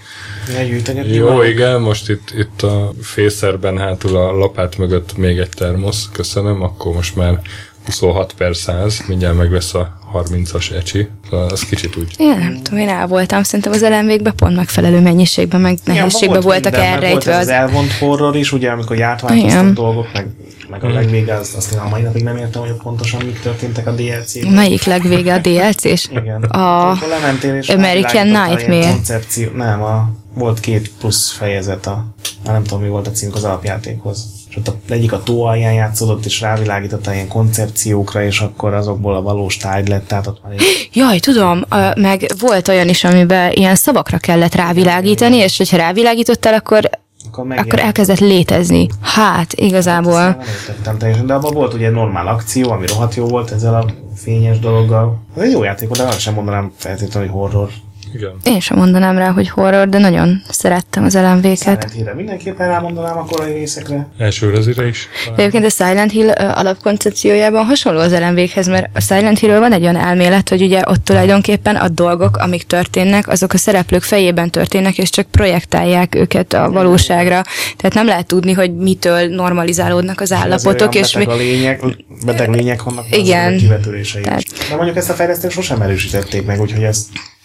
[SPEAKER 1] Jó, van. Igen, most itt, itt a fészerben hátul a lapát mögött még egy termosz, köszönöm, akkor most már huszonhat per száz, mindjárt meg lesz a harmincas ecsi, az kicsit úgy.
[SPEAKER 3] Én nem tudom, én el voltam, szerintem az Alan Wake-ben pont megfelelő mennyiségben, meg nehézségben ja, voltak minden, elrejtve.
[SPEAKER 2] Volt az, az elvont horror is, ugye, amikor átváltoztak dolgok, meg, meg a legvége, azt, azt én a mai napig nem értem, hogy pontosan mik történtek a dé el cé-ben.
[SPEAKER 3] Melyik legvége a dé el cé-s?
[SPEAKER 2] Igen.
[SPEAKER 3] A American Nightmare.
[SPEAKER 2] Nem, a, volt két plusz fejezet, a, nem tudom, mi volt a címük az alapjátékhoz. És ott a, egyik a tó alján játszódott, és rávilágította ilyen koncepciókra, és akkor azokból a valós tárgy lett, tehát ott már egy...
[SPEAKER 3] Jaj, tudom, meg volt olyan is, amiben ilyen szavakra kellett rávilágítani, és hogyha rávilágítottál, akkor Akkor, akkor elkezdett létezni. Hát, igazából.
[SPEAKER 2] Hát, nem értettem teljesen, de abban volt ugye normál akció, ami rohadt jó volt ezzel a fényes dologgal. Ez egy jó játék, de arra sem mondanám feltétlenül, hogy horror.
[SPEAKER 1] Igen.
[SPEAKER 3] Én sem mondanám rá, hogy horror, de nagyon szerettem az Alan Wake-et.
[SPEAKER 2] Silent Hill-re mindenképpen rámondanám a korai részekre.
[SPEAKER 1] Első rezire is.
[SPEAKER 3] Egyébként a Silent Hill alapkoncepciójában hasonló az Alan Wake-hez, mert a Silent Hill-ről van egy olyan elmélet, hogy ugye ott tulajdonképpen a dolgok, amik történnek, azok a szereplők fejében történnek, és csak projektálják őket a valóságra. Tehát nem lehet tudni, hogy mitől normalizálódnak az állapotok. És
[SPEAKER 2] beteg, mi... a lények, beteg lények vannak,
[SPEAKER 3] igen.
[SPEAKER 2] kivetülései. Tehát... De mondjuk ezt a fejlesztést sosem erősítették meg, úgyhogy ezt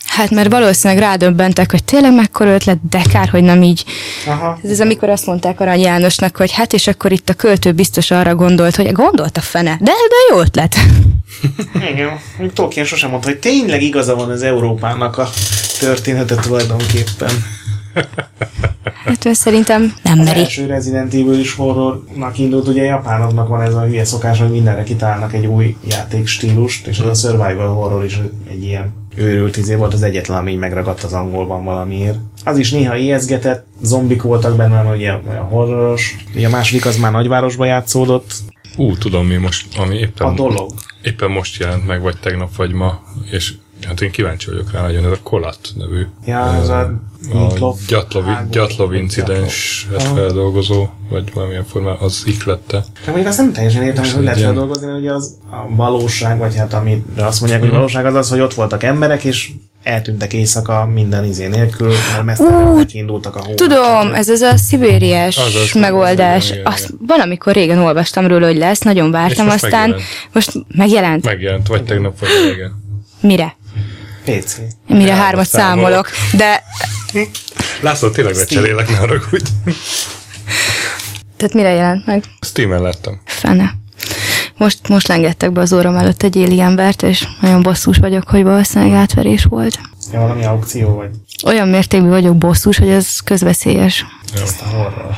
[SPEAKER 3] Hát mert valószínűleg rádöbbentek, hogy tényleg mekkora ötlet, de kár, hogy nem így. Aha. Ez amikor azt mondták Arany Jánosnak, hogy hát és akkor itt a költő biztos arra gondolt, hogy gondolt a fene, de, de jó ötlet.
[SPEAKER 2] Igen, Tolkien sosem mondta, hogy tényleg igaza van az Európának a története tulajdonképpen.
[SPEAKER 3] Hát szerintem nem meri.
[SPEAKER 2] Az első Resident Evil is horrornak indult, ugye japánoknak van ez a hülye szokás, hogy mindenre kitalálnak egy új játékstílust, és az a survival horror is egy ilyen őrült izé volt, az egyetlen, ami megragadt az angolban valamiért. Az is néha ijeszgetett, zombik voltak benne, ugye olyan horroros. Ugye a második az már nagyvárosba játszódott.
[SPEAKER 1] Ú, tudom mi most, ami éppen,
[SPEAKER 2] a dolog.
[SPEAKER 1] Éppen most jelent meg, vagy tegnap, vagy ma, és hát én kíváncsi vagyok rá nagyon, ez a Kolat nevű.
[SPEAKER 2] Ja, ez a,
[SPEAKER 1] a Gyatlov incidenset feldolgozó, vagy valamilyen formán az ihlette.
[SPEAKER 2] De mondjuk azt nem teljesen értem, hogy hogy lehet feldolgozni, mert ugye az a valóság, vagy hát amire azt mondják, hogy valóság az az, hogy ott voltak emberek, és eltűntek éjszaka minden izé nélkül, mert mesztelenül indultak a hónak.
[SPEAKER 3] Tudom, ez az a szibériás
[SPEAKER 1] Azaz,
[SPEAKER 3] megoldás. Igen, azt valamikor régen olvastam róla, hogy lesz, nagyon vártam, most aztán megjelent. most megjelent.
[SPEAKER 1] Megjelent, vagy tegnap, vagy régen.
[SPEAKER 3] Mire?
[SPEAKER 2] pé cé.
[SPEAKER 3] Mire hármat számolok, de...
[SPEAKER 1] László, tényleg lecserélek, ne haragudj.
[SPEAKER 3] Tehát mire jelent meg?
[SPEAKER 1] Steamen láttam.
[SPEAKER 3] Fene. Most, most lengettek be az óram előtt egy éli embert, és nagyon bosszús vagyok, hogy valószínűleg átverés volt.
[SPEAKER 2] Ja, valami aukció vagy?
[SPEAKER 3] Olyan mértékben vagyok bosszús, hogy ez közveszélyes.
[SPEAKER 2] Ezt a horror.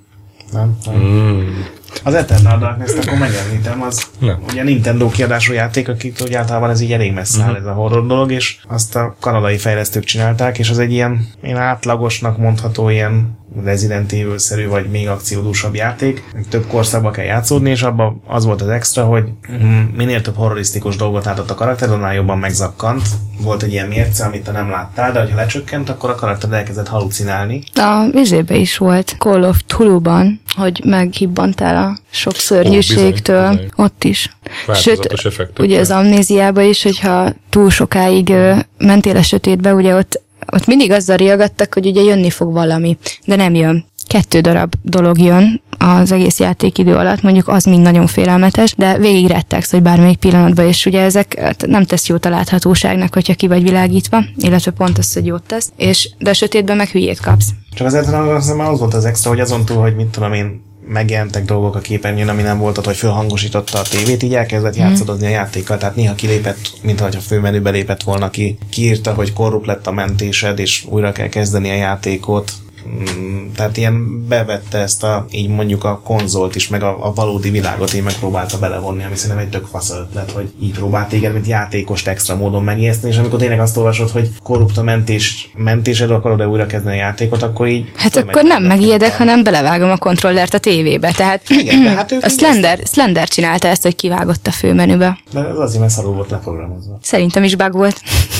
[SPEAKER 2] Nem? nem. Mm. Az Eternal Darkness-t akkor megemlítem, az nem. Ugye Nintendo kiadású játék, akik úgy általában ez így elég messze áll, uh-huh. ez a horror dolog, és azt a kanadai fejlesztők csinálták, és az egy ilyen, ilyen átlagosnak mondható ilyen Resident Evil-szerű, vagy még akciódúsabb játék. Több korszakba kell játszódni, és abban az volt az extra, hogy minél több horrorisztikus dolgot látott a karakter, annál jobban megzakkant. Volt egy ilyen mérce, amit te nem láttál, de ha lecsökkent, akkor a karakter elkezdett halucinálni.
[SPEAKER 3] A vizébe is volt, Call of Cthulhu-ban, hogy meghibbantál a sok szörnyűségtől. Ó, bizony, bizony. Ott is. Sőt, ugye az amnéziában is, hogyha túl sokáig uh, mentél a sötétbe, ugye ott ott mindig azzal riagadtak, hogy ugye jönni fog valami, de nem jön. Kettő darab dolog jön az egész játékidő alatt, mondjuk az mind nagyon félelmetes, de végig rettegsz, hogy bármelyik pillanatban, és ugye ezek nem tesz jót a láthatóságnak, hogyha ki vagy világítva, illetve pont az, hogy jót tesz, és de a sötétben meg hülyét kapsz.
[SPEAKER 2] Csak azért már az volt az extra, hogy azon túl, hogy mit tudom én, megjelentek dolgok a képernyőn, ami nem volt ott, hogy fölhangosította a tévét, így elkezdett játszadozni a játékkal, tehát néha kilépett, mintha a főmenübe lépett volna ki, kiírta, hogy korrupt lett a mentésed, és újra kell kezdeni a játékot. Tehát ilyen bevette ezt a, így mondjuk a konzolt is, meg a, a valódi világot így megpróbálta belevonni, ami szerintem egy tök fasz ötlet, hogy így próbált téged, mint játékost extra módon megijeszteni, és amikor tényleg azt olvasod, hogy korrupt a mentés, mentésed, akarod-e újra kezdeni a játékot, akkor így...
[SPEAKER 3] Hát akkor nem megijedek, hanem belevágom a kontrollert a tévébe, tehát igen, de hát a Slender, Slender csinálta ezt, hogy kivágott a főmenübe.
[SPEAKER 2] De ez azért, mert szarul volt leprogramozva.
[SPEAKER 3] Szerintem is bug volt.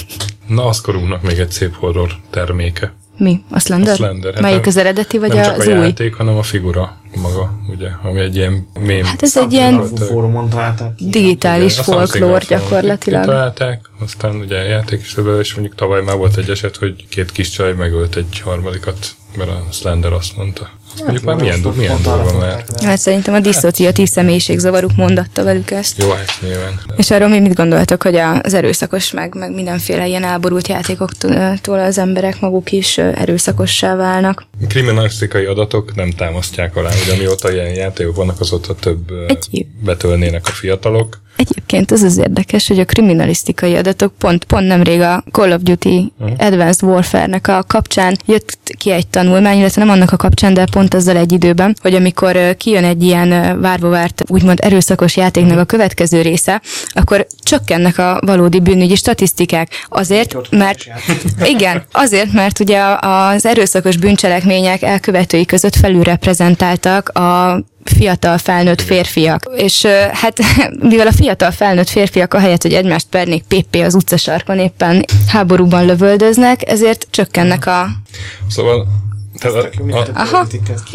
[SPEAKER 1] Na, az korunknak még egy szép horror terméke.
[SPEAKER 3] Mi? A Slender?
[SPEAKER 1] A Slender.
[SPEAKER 3] Melyik hát az eredeti, vagy
[SPEAKER 1] nem
[SPEAKER 3] az
[SPEAKER 1] új? Nem csak a
[SPEAKER 3] új?
[SPEAKER 1] játék, hanem a figura maga, ugye, ami egy ilyen mém.
[SPEAKER 3] Hát ez egy ilyen
[SPEAKER 2] találták,
[SPEAKER 3] digitális folklór gyakorlatilag.
[SPEAKER 1] Találták, aztán ugye a játék is ebből, és mondjuk tavaly már volt egy eset, hogy két kis csaj megölt egy harmadikat, mert a Slender azt mondta. Mondjuk már milyen, do- milyen dolga már.
[SPEAKER 3] Hát szerintem a diszociatív személyiségzavaruk mondatta velük ezt.
[SPEAKER 1] Jó, hát nyilván.
[SPEAKER 3] És arról mi mit gondoltok, hogy az erőszakos, meg, meg mindenféle ilyen elborult játékoktól az emberek maguk is erőszakossá válnak?
[SPEAKER 1] Kriminalisztikai adatok nem támasztják alá, hogy amióta ilyen játékok vannak, azóta több Egyéb. betölnének a fiatalok.
[SPEAKER 3] Egyébként az az érdekes, hogy a kriminalisztikai adatok pont, pont nemrég a Call of Duty uh-huh. Advanced Warfare-nek a kapcsán jött ki egy tanulmány, illetve nem annak a kapcsán, de pont azzal egy időben, hogy amikor kijön egy ilyen várva várt, úgymond erőszakos játéknak uh-huh. a következő része, akkor csökkennek a valódi bűnügyi statisztikák. Azért, mert igen, azért, mert ugye az erőszakos bűncselekmények elkövetői között felülreprezentáltak a fiatal felnőtt férfiak. És hát mivel a fiatal felnőtt férfiak ahelyett, hogy egymást pernék pé-pé az utcasarkon éppen háborúban lövöldöznek, ezért csökkennek a...
[SPEAKER 1] Szóval... Tehát a, a,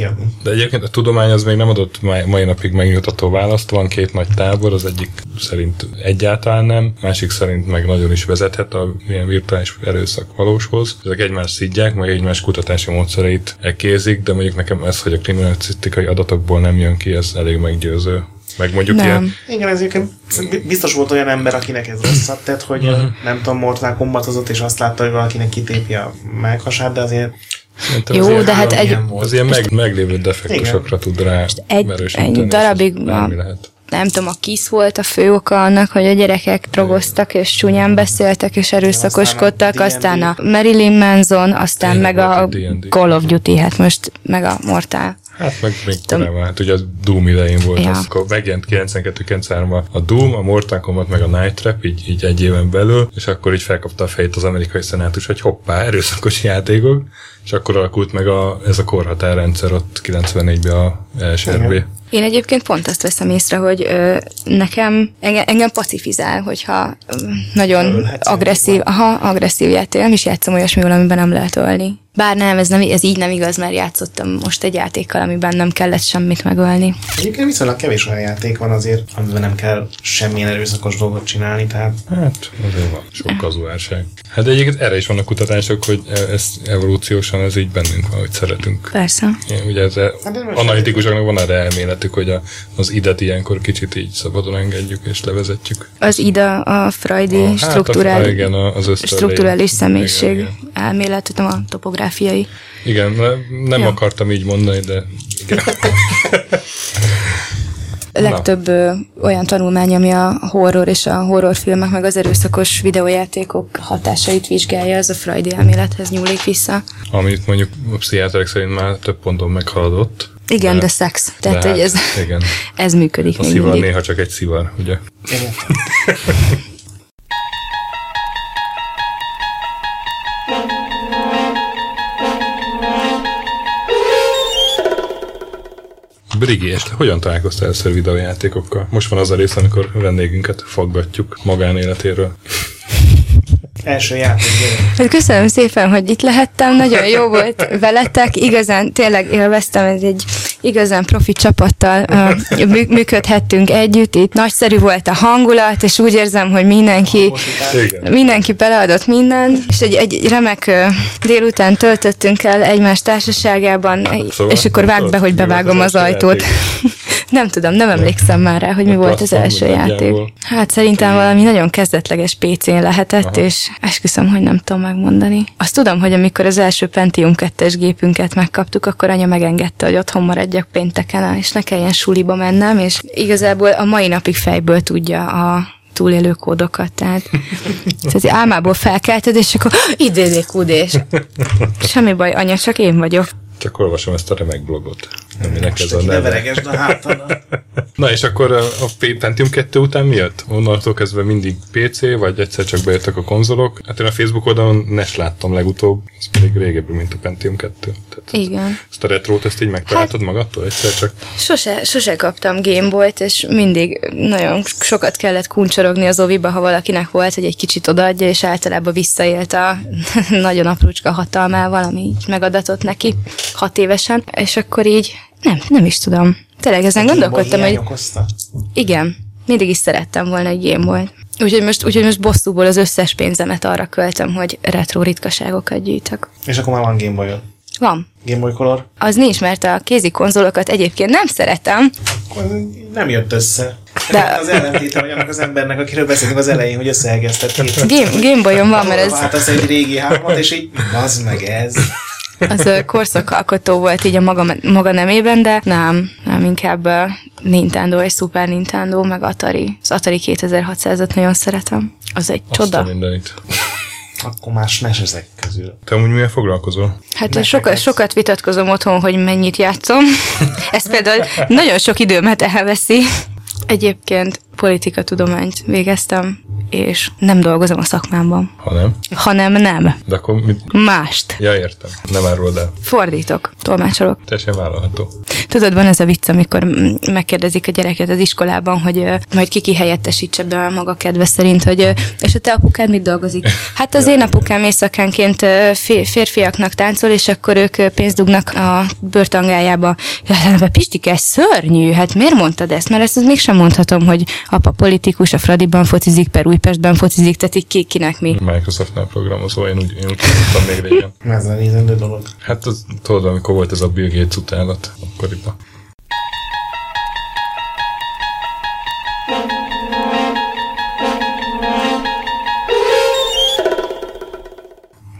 [SPEAKER 1] de egyébként a tudomány az még nem adott mai napig megnyugtató választ, van két nagy tábor, az egyik szerint egyáltalán nem, másik szerint meg nagyon is vezethet a ilyen virtuális erőszak valóshoz. Ezek egymást szidják, majd egymás kutatási módszereit elkézik, de mondjuk nekem ez, hogy a kriminalisztikai adatokból nem jön ki, ez elég meggyőző. Meg mondjuk
[SPEAKER 3] nem.
[SPEAKER 1] ilyen...
[SPEAKER 2] Igen, ez biztos volt olyan ember, akinek ez rosszat tett, hogy uh-huh. nem tudom, Mortal Kombatozott, és azt látta, hogy valakinek kitépi a melkasát, de azért...
[SPEAKER 3] Jó,
[SPEAKER 2] azért
[SPEAKER 3] de hát egy...
[SPEAKER 1] Az ilyen meg, meglévő defektusokra
[SPEAKER 2] igen.
[SPEAKER 1] tud rá
[SPEAKER 3] egy, egy darabig a, nem tudom, a kisz volt a fő oka annak, hogy a gyerekek drogoztak, és csúnyán beszéltek, és erőszakoskodtak, aztán a Marilyn Manson, aztán meg a Call of Duty, hát most meg a Mortal.
[SPEAKER 1] Hát meg még korábban, hát ugye a Doom idején volt, ja. az, akkor megjelent kilencvenkettő kilencvenhárom a Doom, a Mortal Kombat meg a Night Trap, így, így egy éven belül, és akkor így felkapta a fejét az amerikai szenátus, hogy hoppá, erőszakos játékok, és akkor alakult meg a, ez a korhatárrendszer ott kilencvennégyben a E S R B.
[SPEAKER 3] Én egyébként pont azt veszem észre, hogy ö, nekem, engem, engem pacifizál, hogyha ö, nagyon agresszív, aha, agresszív játék. Nem is játszom olyasmivel, amiben nem lehet ölni. Bár nem, ez, nem, ez így nem igaz, mert játszottam most egy játékkal, amiben nem kellett semmit megölni.
[SPEAKER 2] Egyébként viszonylag kevés olyan játék van azért, amiben nem kell semmilyen erőszakos dolgot csinálni, tehát...
[SPEAKER 1] Hát, azért van sok kazuálság. Hát egyébként erre is vannak kutatások, hogy ez evolúciósan ez így bennünk van, hogy szeretünk.
[SPEAKER 3] Persze.
[SPEAKER 1] Igen, ugye ez hát analitikusoknak van erre elméletük, hogy a, az idet ilyenkor kicsit így szabadon engedjük és levezetjük.
[SPEAKER 3] Az ida a freudi
[SPEAKER 1] a,
[SPEAKER 3] strukturál,
[SPEAKER 1] hát a, igen, az
[SPEAKER 3] strukturális személyiség
[SPEAKER 1] igen, igen.
[SPEAKER 3] elmélet, tudom, a topográfiai.
[SPEAKER 1] Igen, nem ja. akartam így mondani, de igen.
[SPEAKER 3] Legtöbb ö, olyan tanulmány, ami a horror és a horrorfilmek, meg az erőszakos videójátékok hatásait vizsgálja, az a freudi elmélethez nyúlik vissza. Amit
[SPEAKER 1] mondjuk a pszichiáterek szerint már több ponton meghaladott.
[SPEAKER 3] Igen, de, de szex. Tehát, de hogy ez,
[SPEAKER 1] igen.
[SPEAKER 3] ez működik
[SPEAKER 1] a
[SPEAKER 3] még
[SPEAKER 1] szivar
[SPEAKER 3] mindig.
[SPEAKER 1] Néha csak egy szivar, ugye?
[SPEAKER 2] Igen.
[SPEAKER 1] Brigi, és te hogyan találkoztál először videójátékokkal? Most van az a rész, amikor vendégünket faggatjuk magánéletéről.
[SPEAKER 2] Első játék.
[SPEAKER 3] Hát köszönöm szépen, hogy itt lehettem, nagyon jó volt veletek, igazán tényleg élveztem, ez egy igazán profi csapattal uh, mű, működhettünk együtt, itt nagyszerű volt a hangulat, és úgy érzem, hogy mindenki, mindenki beleadott mindent, és egy, egy remek uh, délután töltöttünk el egymás társaságában, szóval és akkor vágd be, hogy bevágom az, az ajtót. Nem tudom, nem emlékszem már rá, hogy mi volt az első játék. Hát szerintem valami nagyon kezdetleges pé cén lehetett, aha. és esküszöm, hogy nem tudom megmondani. Azt tudom, hogy amikor az első Pentium kettes gépünket megkaptuk, akkor anya megengedte, hogy otthon maradjak pénteken, és ne kelljen suliba mennem, és igazából a mai napig fejből tudja a túlélő kódokat, tehát az álmából felkelted, és akkor idédékúdés. Semmi baj, anya, csak én vagyok.
[SPEAKER 1] Csak olvasom ezt a remek blogot.
[SPEAKER 2] Aminek ez a neve. Ne veregesd a hátadat.
[SPEAKER 1] Na és akkor a Pentium kettő után mi jött? Onnantól kezdve mindig pé cé, vagy egyszer csak bejöttek a konzolok? Hát én a Facebook oldalon Nes láttam legutóbb, ez pedig régebben, mint a Pentium kettő. Tehát
[SPEAKER 3] igen.
[SPEAKER 1] Ezt a retrót, ezt így megtaláltad hát, magadtól egyszer csak?
[SPEAKER 3] Sose, sose kaptam Gameboyt, és mindig nagyon sokat kellett kuncsorogni az oviba, ha valakinek volt, hogy egy kicsit odaadja, és általában visszaélt a nagyon aprócska hatalmával, ami így megadatott neki hat évesen, és akkor így nem, nem is tudom. Tényleg ezen gondolkodtam, hogy... Igen, mindig is szerettem volna egy Gameboyt. Úgyhogy most, úgyhogy most bosszúból az összes pénzemet arra költöm, hogy retro ritkaságokat gyűjtök.
[SPEAKER 2] És akkor már van Gameboyod?
[SPEAKER 3] Van.
[SPEAKER 2] Game Boy Color?
[SPEAKER 3] Az nincs, mert a kézi konzolokat egyébként nem szeretem.
[SPEAKER 2] Nem jött össze. De az ellentéte, hogy annak az embernek, akiről beszéltünk az elején, hogy összeegeztették.
[SPEAKER 3] Game, Game Boy-on van, mert ez...
[SPEAKER 2] Hát az egy régi hármat, és így, az meg ez.
[SPEAKER 3] Az korszakalkotó volt így a maga, maga nemében, de nem, nem inkább Nintendo és Super Nintendo, meg Atari. Az Atari kétezer-hatszázat nagyon szeretem. Az egy
[SPEAKER 1] azt
[SPEAKER 3] csoda.
[SPEAKER 2] Akkor más nes ezek közül.
[SPEAKER 1] Te amúgy milyen foglalkozol?
[SPEAKER 3] Hát sokat, sokat vitatkozom otthon, hogy mennyit játszom. Ez például nagyon sok időmet elveszi. Egyébként politikatudományt végeztem, és nem dolgozom a szakmámban.
[SPEAKER 1] Ha nem?
[SPEAKER 3] Hanem nem.
[SPEAKER 1] De akkor mit?
[SPEAKER 3] Mást.
[SPEAKER 1] Ja, értem. Nem áruld el.
[SPEAKER 3] Fordítok, tolmácsolok.
[SPEAKER 1] Teljesen vállalható.
[SPEAKER 3] Tudod, van ez a vicc, amikor megkérdezik a gyereket az iskolában, hogy uh, majd ki helyettesítse be a maga kedve szerint, hogy uh, és a te apukád mit dolgozik? Hát az én apukám éjszakánként uh, férfiaknak táncol, és akkor ők uh, pénzt dugnak a bőrtangájába. Ja, Pistike, szörnyű, hát miért mondtad ezt? Mert ezt, ezt mégsem mondhatom, hogy apa politikus, a Fradiban focizik, per Újpestben focizik, tehát így ki, kinek mi.
[SPEAKER 1] Microsoftnál programozó, én úgy, én úgy tudtam még régen.
[SPEAKER 2] Ez a nézendő dolog.
[SPEAKER 1] Hát az, tudod, amikor volt ez a Bill Gates utálat akkoriban.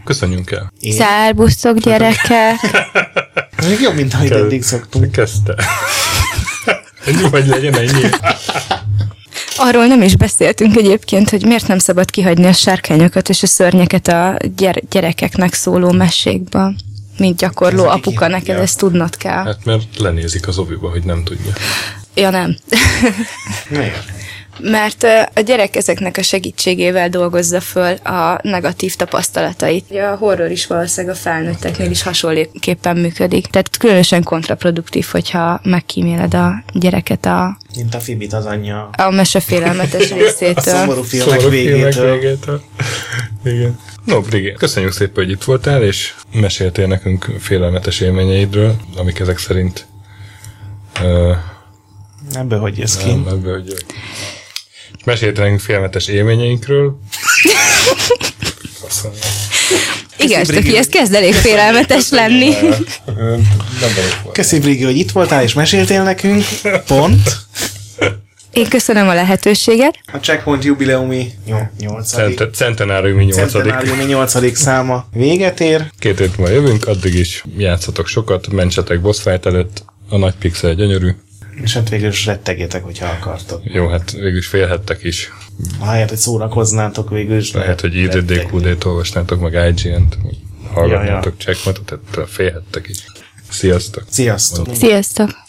[SPEAKER 1] köszönjünk el.
[SPEAKER 3] Szárbusztok, gyerekek!
[SPEAKER 2] Még jobb, mint amit eddig szoktunk.
[SPEAKER 1] Kezdte. Ennyi vagy legyen ennyi.
[SPEAKER 3] Arról nem is beszéltünk egyébként, hogy miért nem szabad kihagyni a sárkányokat és a szörnyeket a gyere- gyerekeknek szóló mesékbe. Mint gyakorló
[SPEAKER 2] Ez
[SPEAKER 3] apuka,
[SPEAKER 2] ki-
[SPEAKER 3] neked
[SPEAKER 2] ja.
[SPEAKER 3] ezt tudnod kell.
[SPEAKER 1] Hát mert lenézik az oviba, hogy nem tudja.
[SPEAKER 3] Ja, nem.
[SPEAKER 2] Miért?
[SPEAKER 3] Mert a gyerek ezeknek a segítségével dolgozza föl a negatív tapasztalatait. A horror is valószínűleg a felnőtteknél is hasonlóképpen működik. Tehát különösen kontraproduktív, hogyha megkíméled a gyereket a,
[SPEAKER 2] Mint a Fibit az anyja.
[SPEAKER 3] a mese félelmetes
[SPEAKER 2] A
[SPEAKER 3] részétől.
[SPEAKER 2] szomorú filmek
[SPEAKER 1] Szomorú
[SPEAKER 2] végétől.
[SPEAKER 1] filmek végétől. Igen. No, Brigé, köszönjük szépen, hogy itt voltál, és meséltél nekünk félelmetes élményeidről, amik ezek szerint uh,
[SPEAKER 2] Ebből hogy jössz ki?
[SPEAKER 1] nem, ebből, hogy meséltél nekünk félelmetes élményeinkről.
[SPEAKER 3] Igen, Stöki, ez kezd elég félelmetes lenni.
[SPEAKER 1] Nem vagyok volt.
[SPEAKER 2] Köszi, Brigi, hogy itt voltál és meséltél nekünk. Pont.
[SPEAKER 3] Én köszönöm a lehetőséget.
[SPEAKER 2] A Checkpoint jubileumi nyolcadik
[SPEAKER 1] Cent- Centenáriumi nyolcadik.
[SPEAKER 2] Centenáriumi nyolcadik száma véget ér.
[SPEAKER 1] Két hét múlva jövünk, addig is játszatok sokat, mentsetek boss fight előtt, a nagy pixel gyönyörű.
[SPEAKER 2] És hát végül is rettegétek, hogyha akartok.
[SPEAKER 1] Jó, hát végül is félhettek is.
[SPEAKER 2] Ahelyett, hogy szórakoznátok végül is.
[SPEAKER 1] Lehet, hogy I D D Q D-t olvasnátok, meg I G N-t, hallgatnátok Checkpointot, tehát félhettek is. Sziasztok!
[SPEAKER 2] Sziasztok!
[SPEAKER 3] Sziasztok!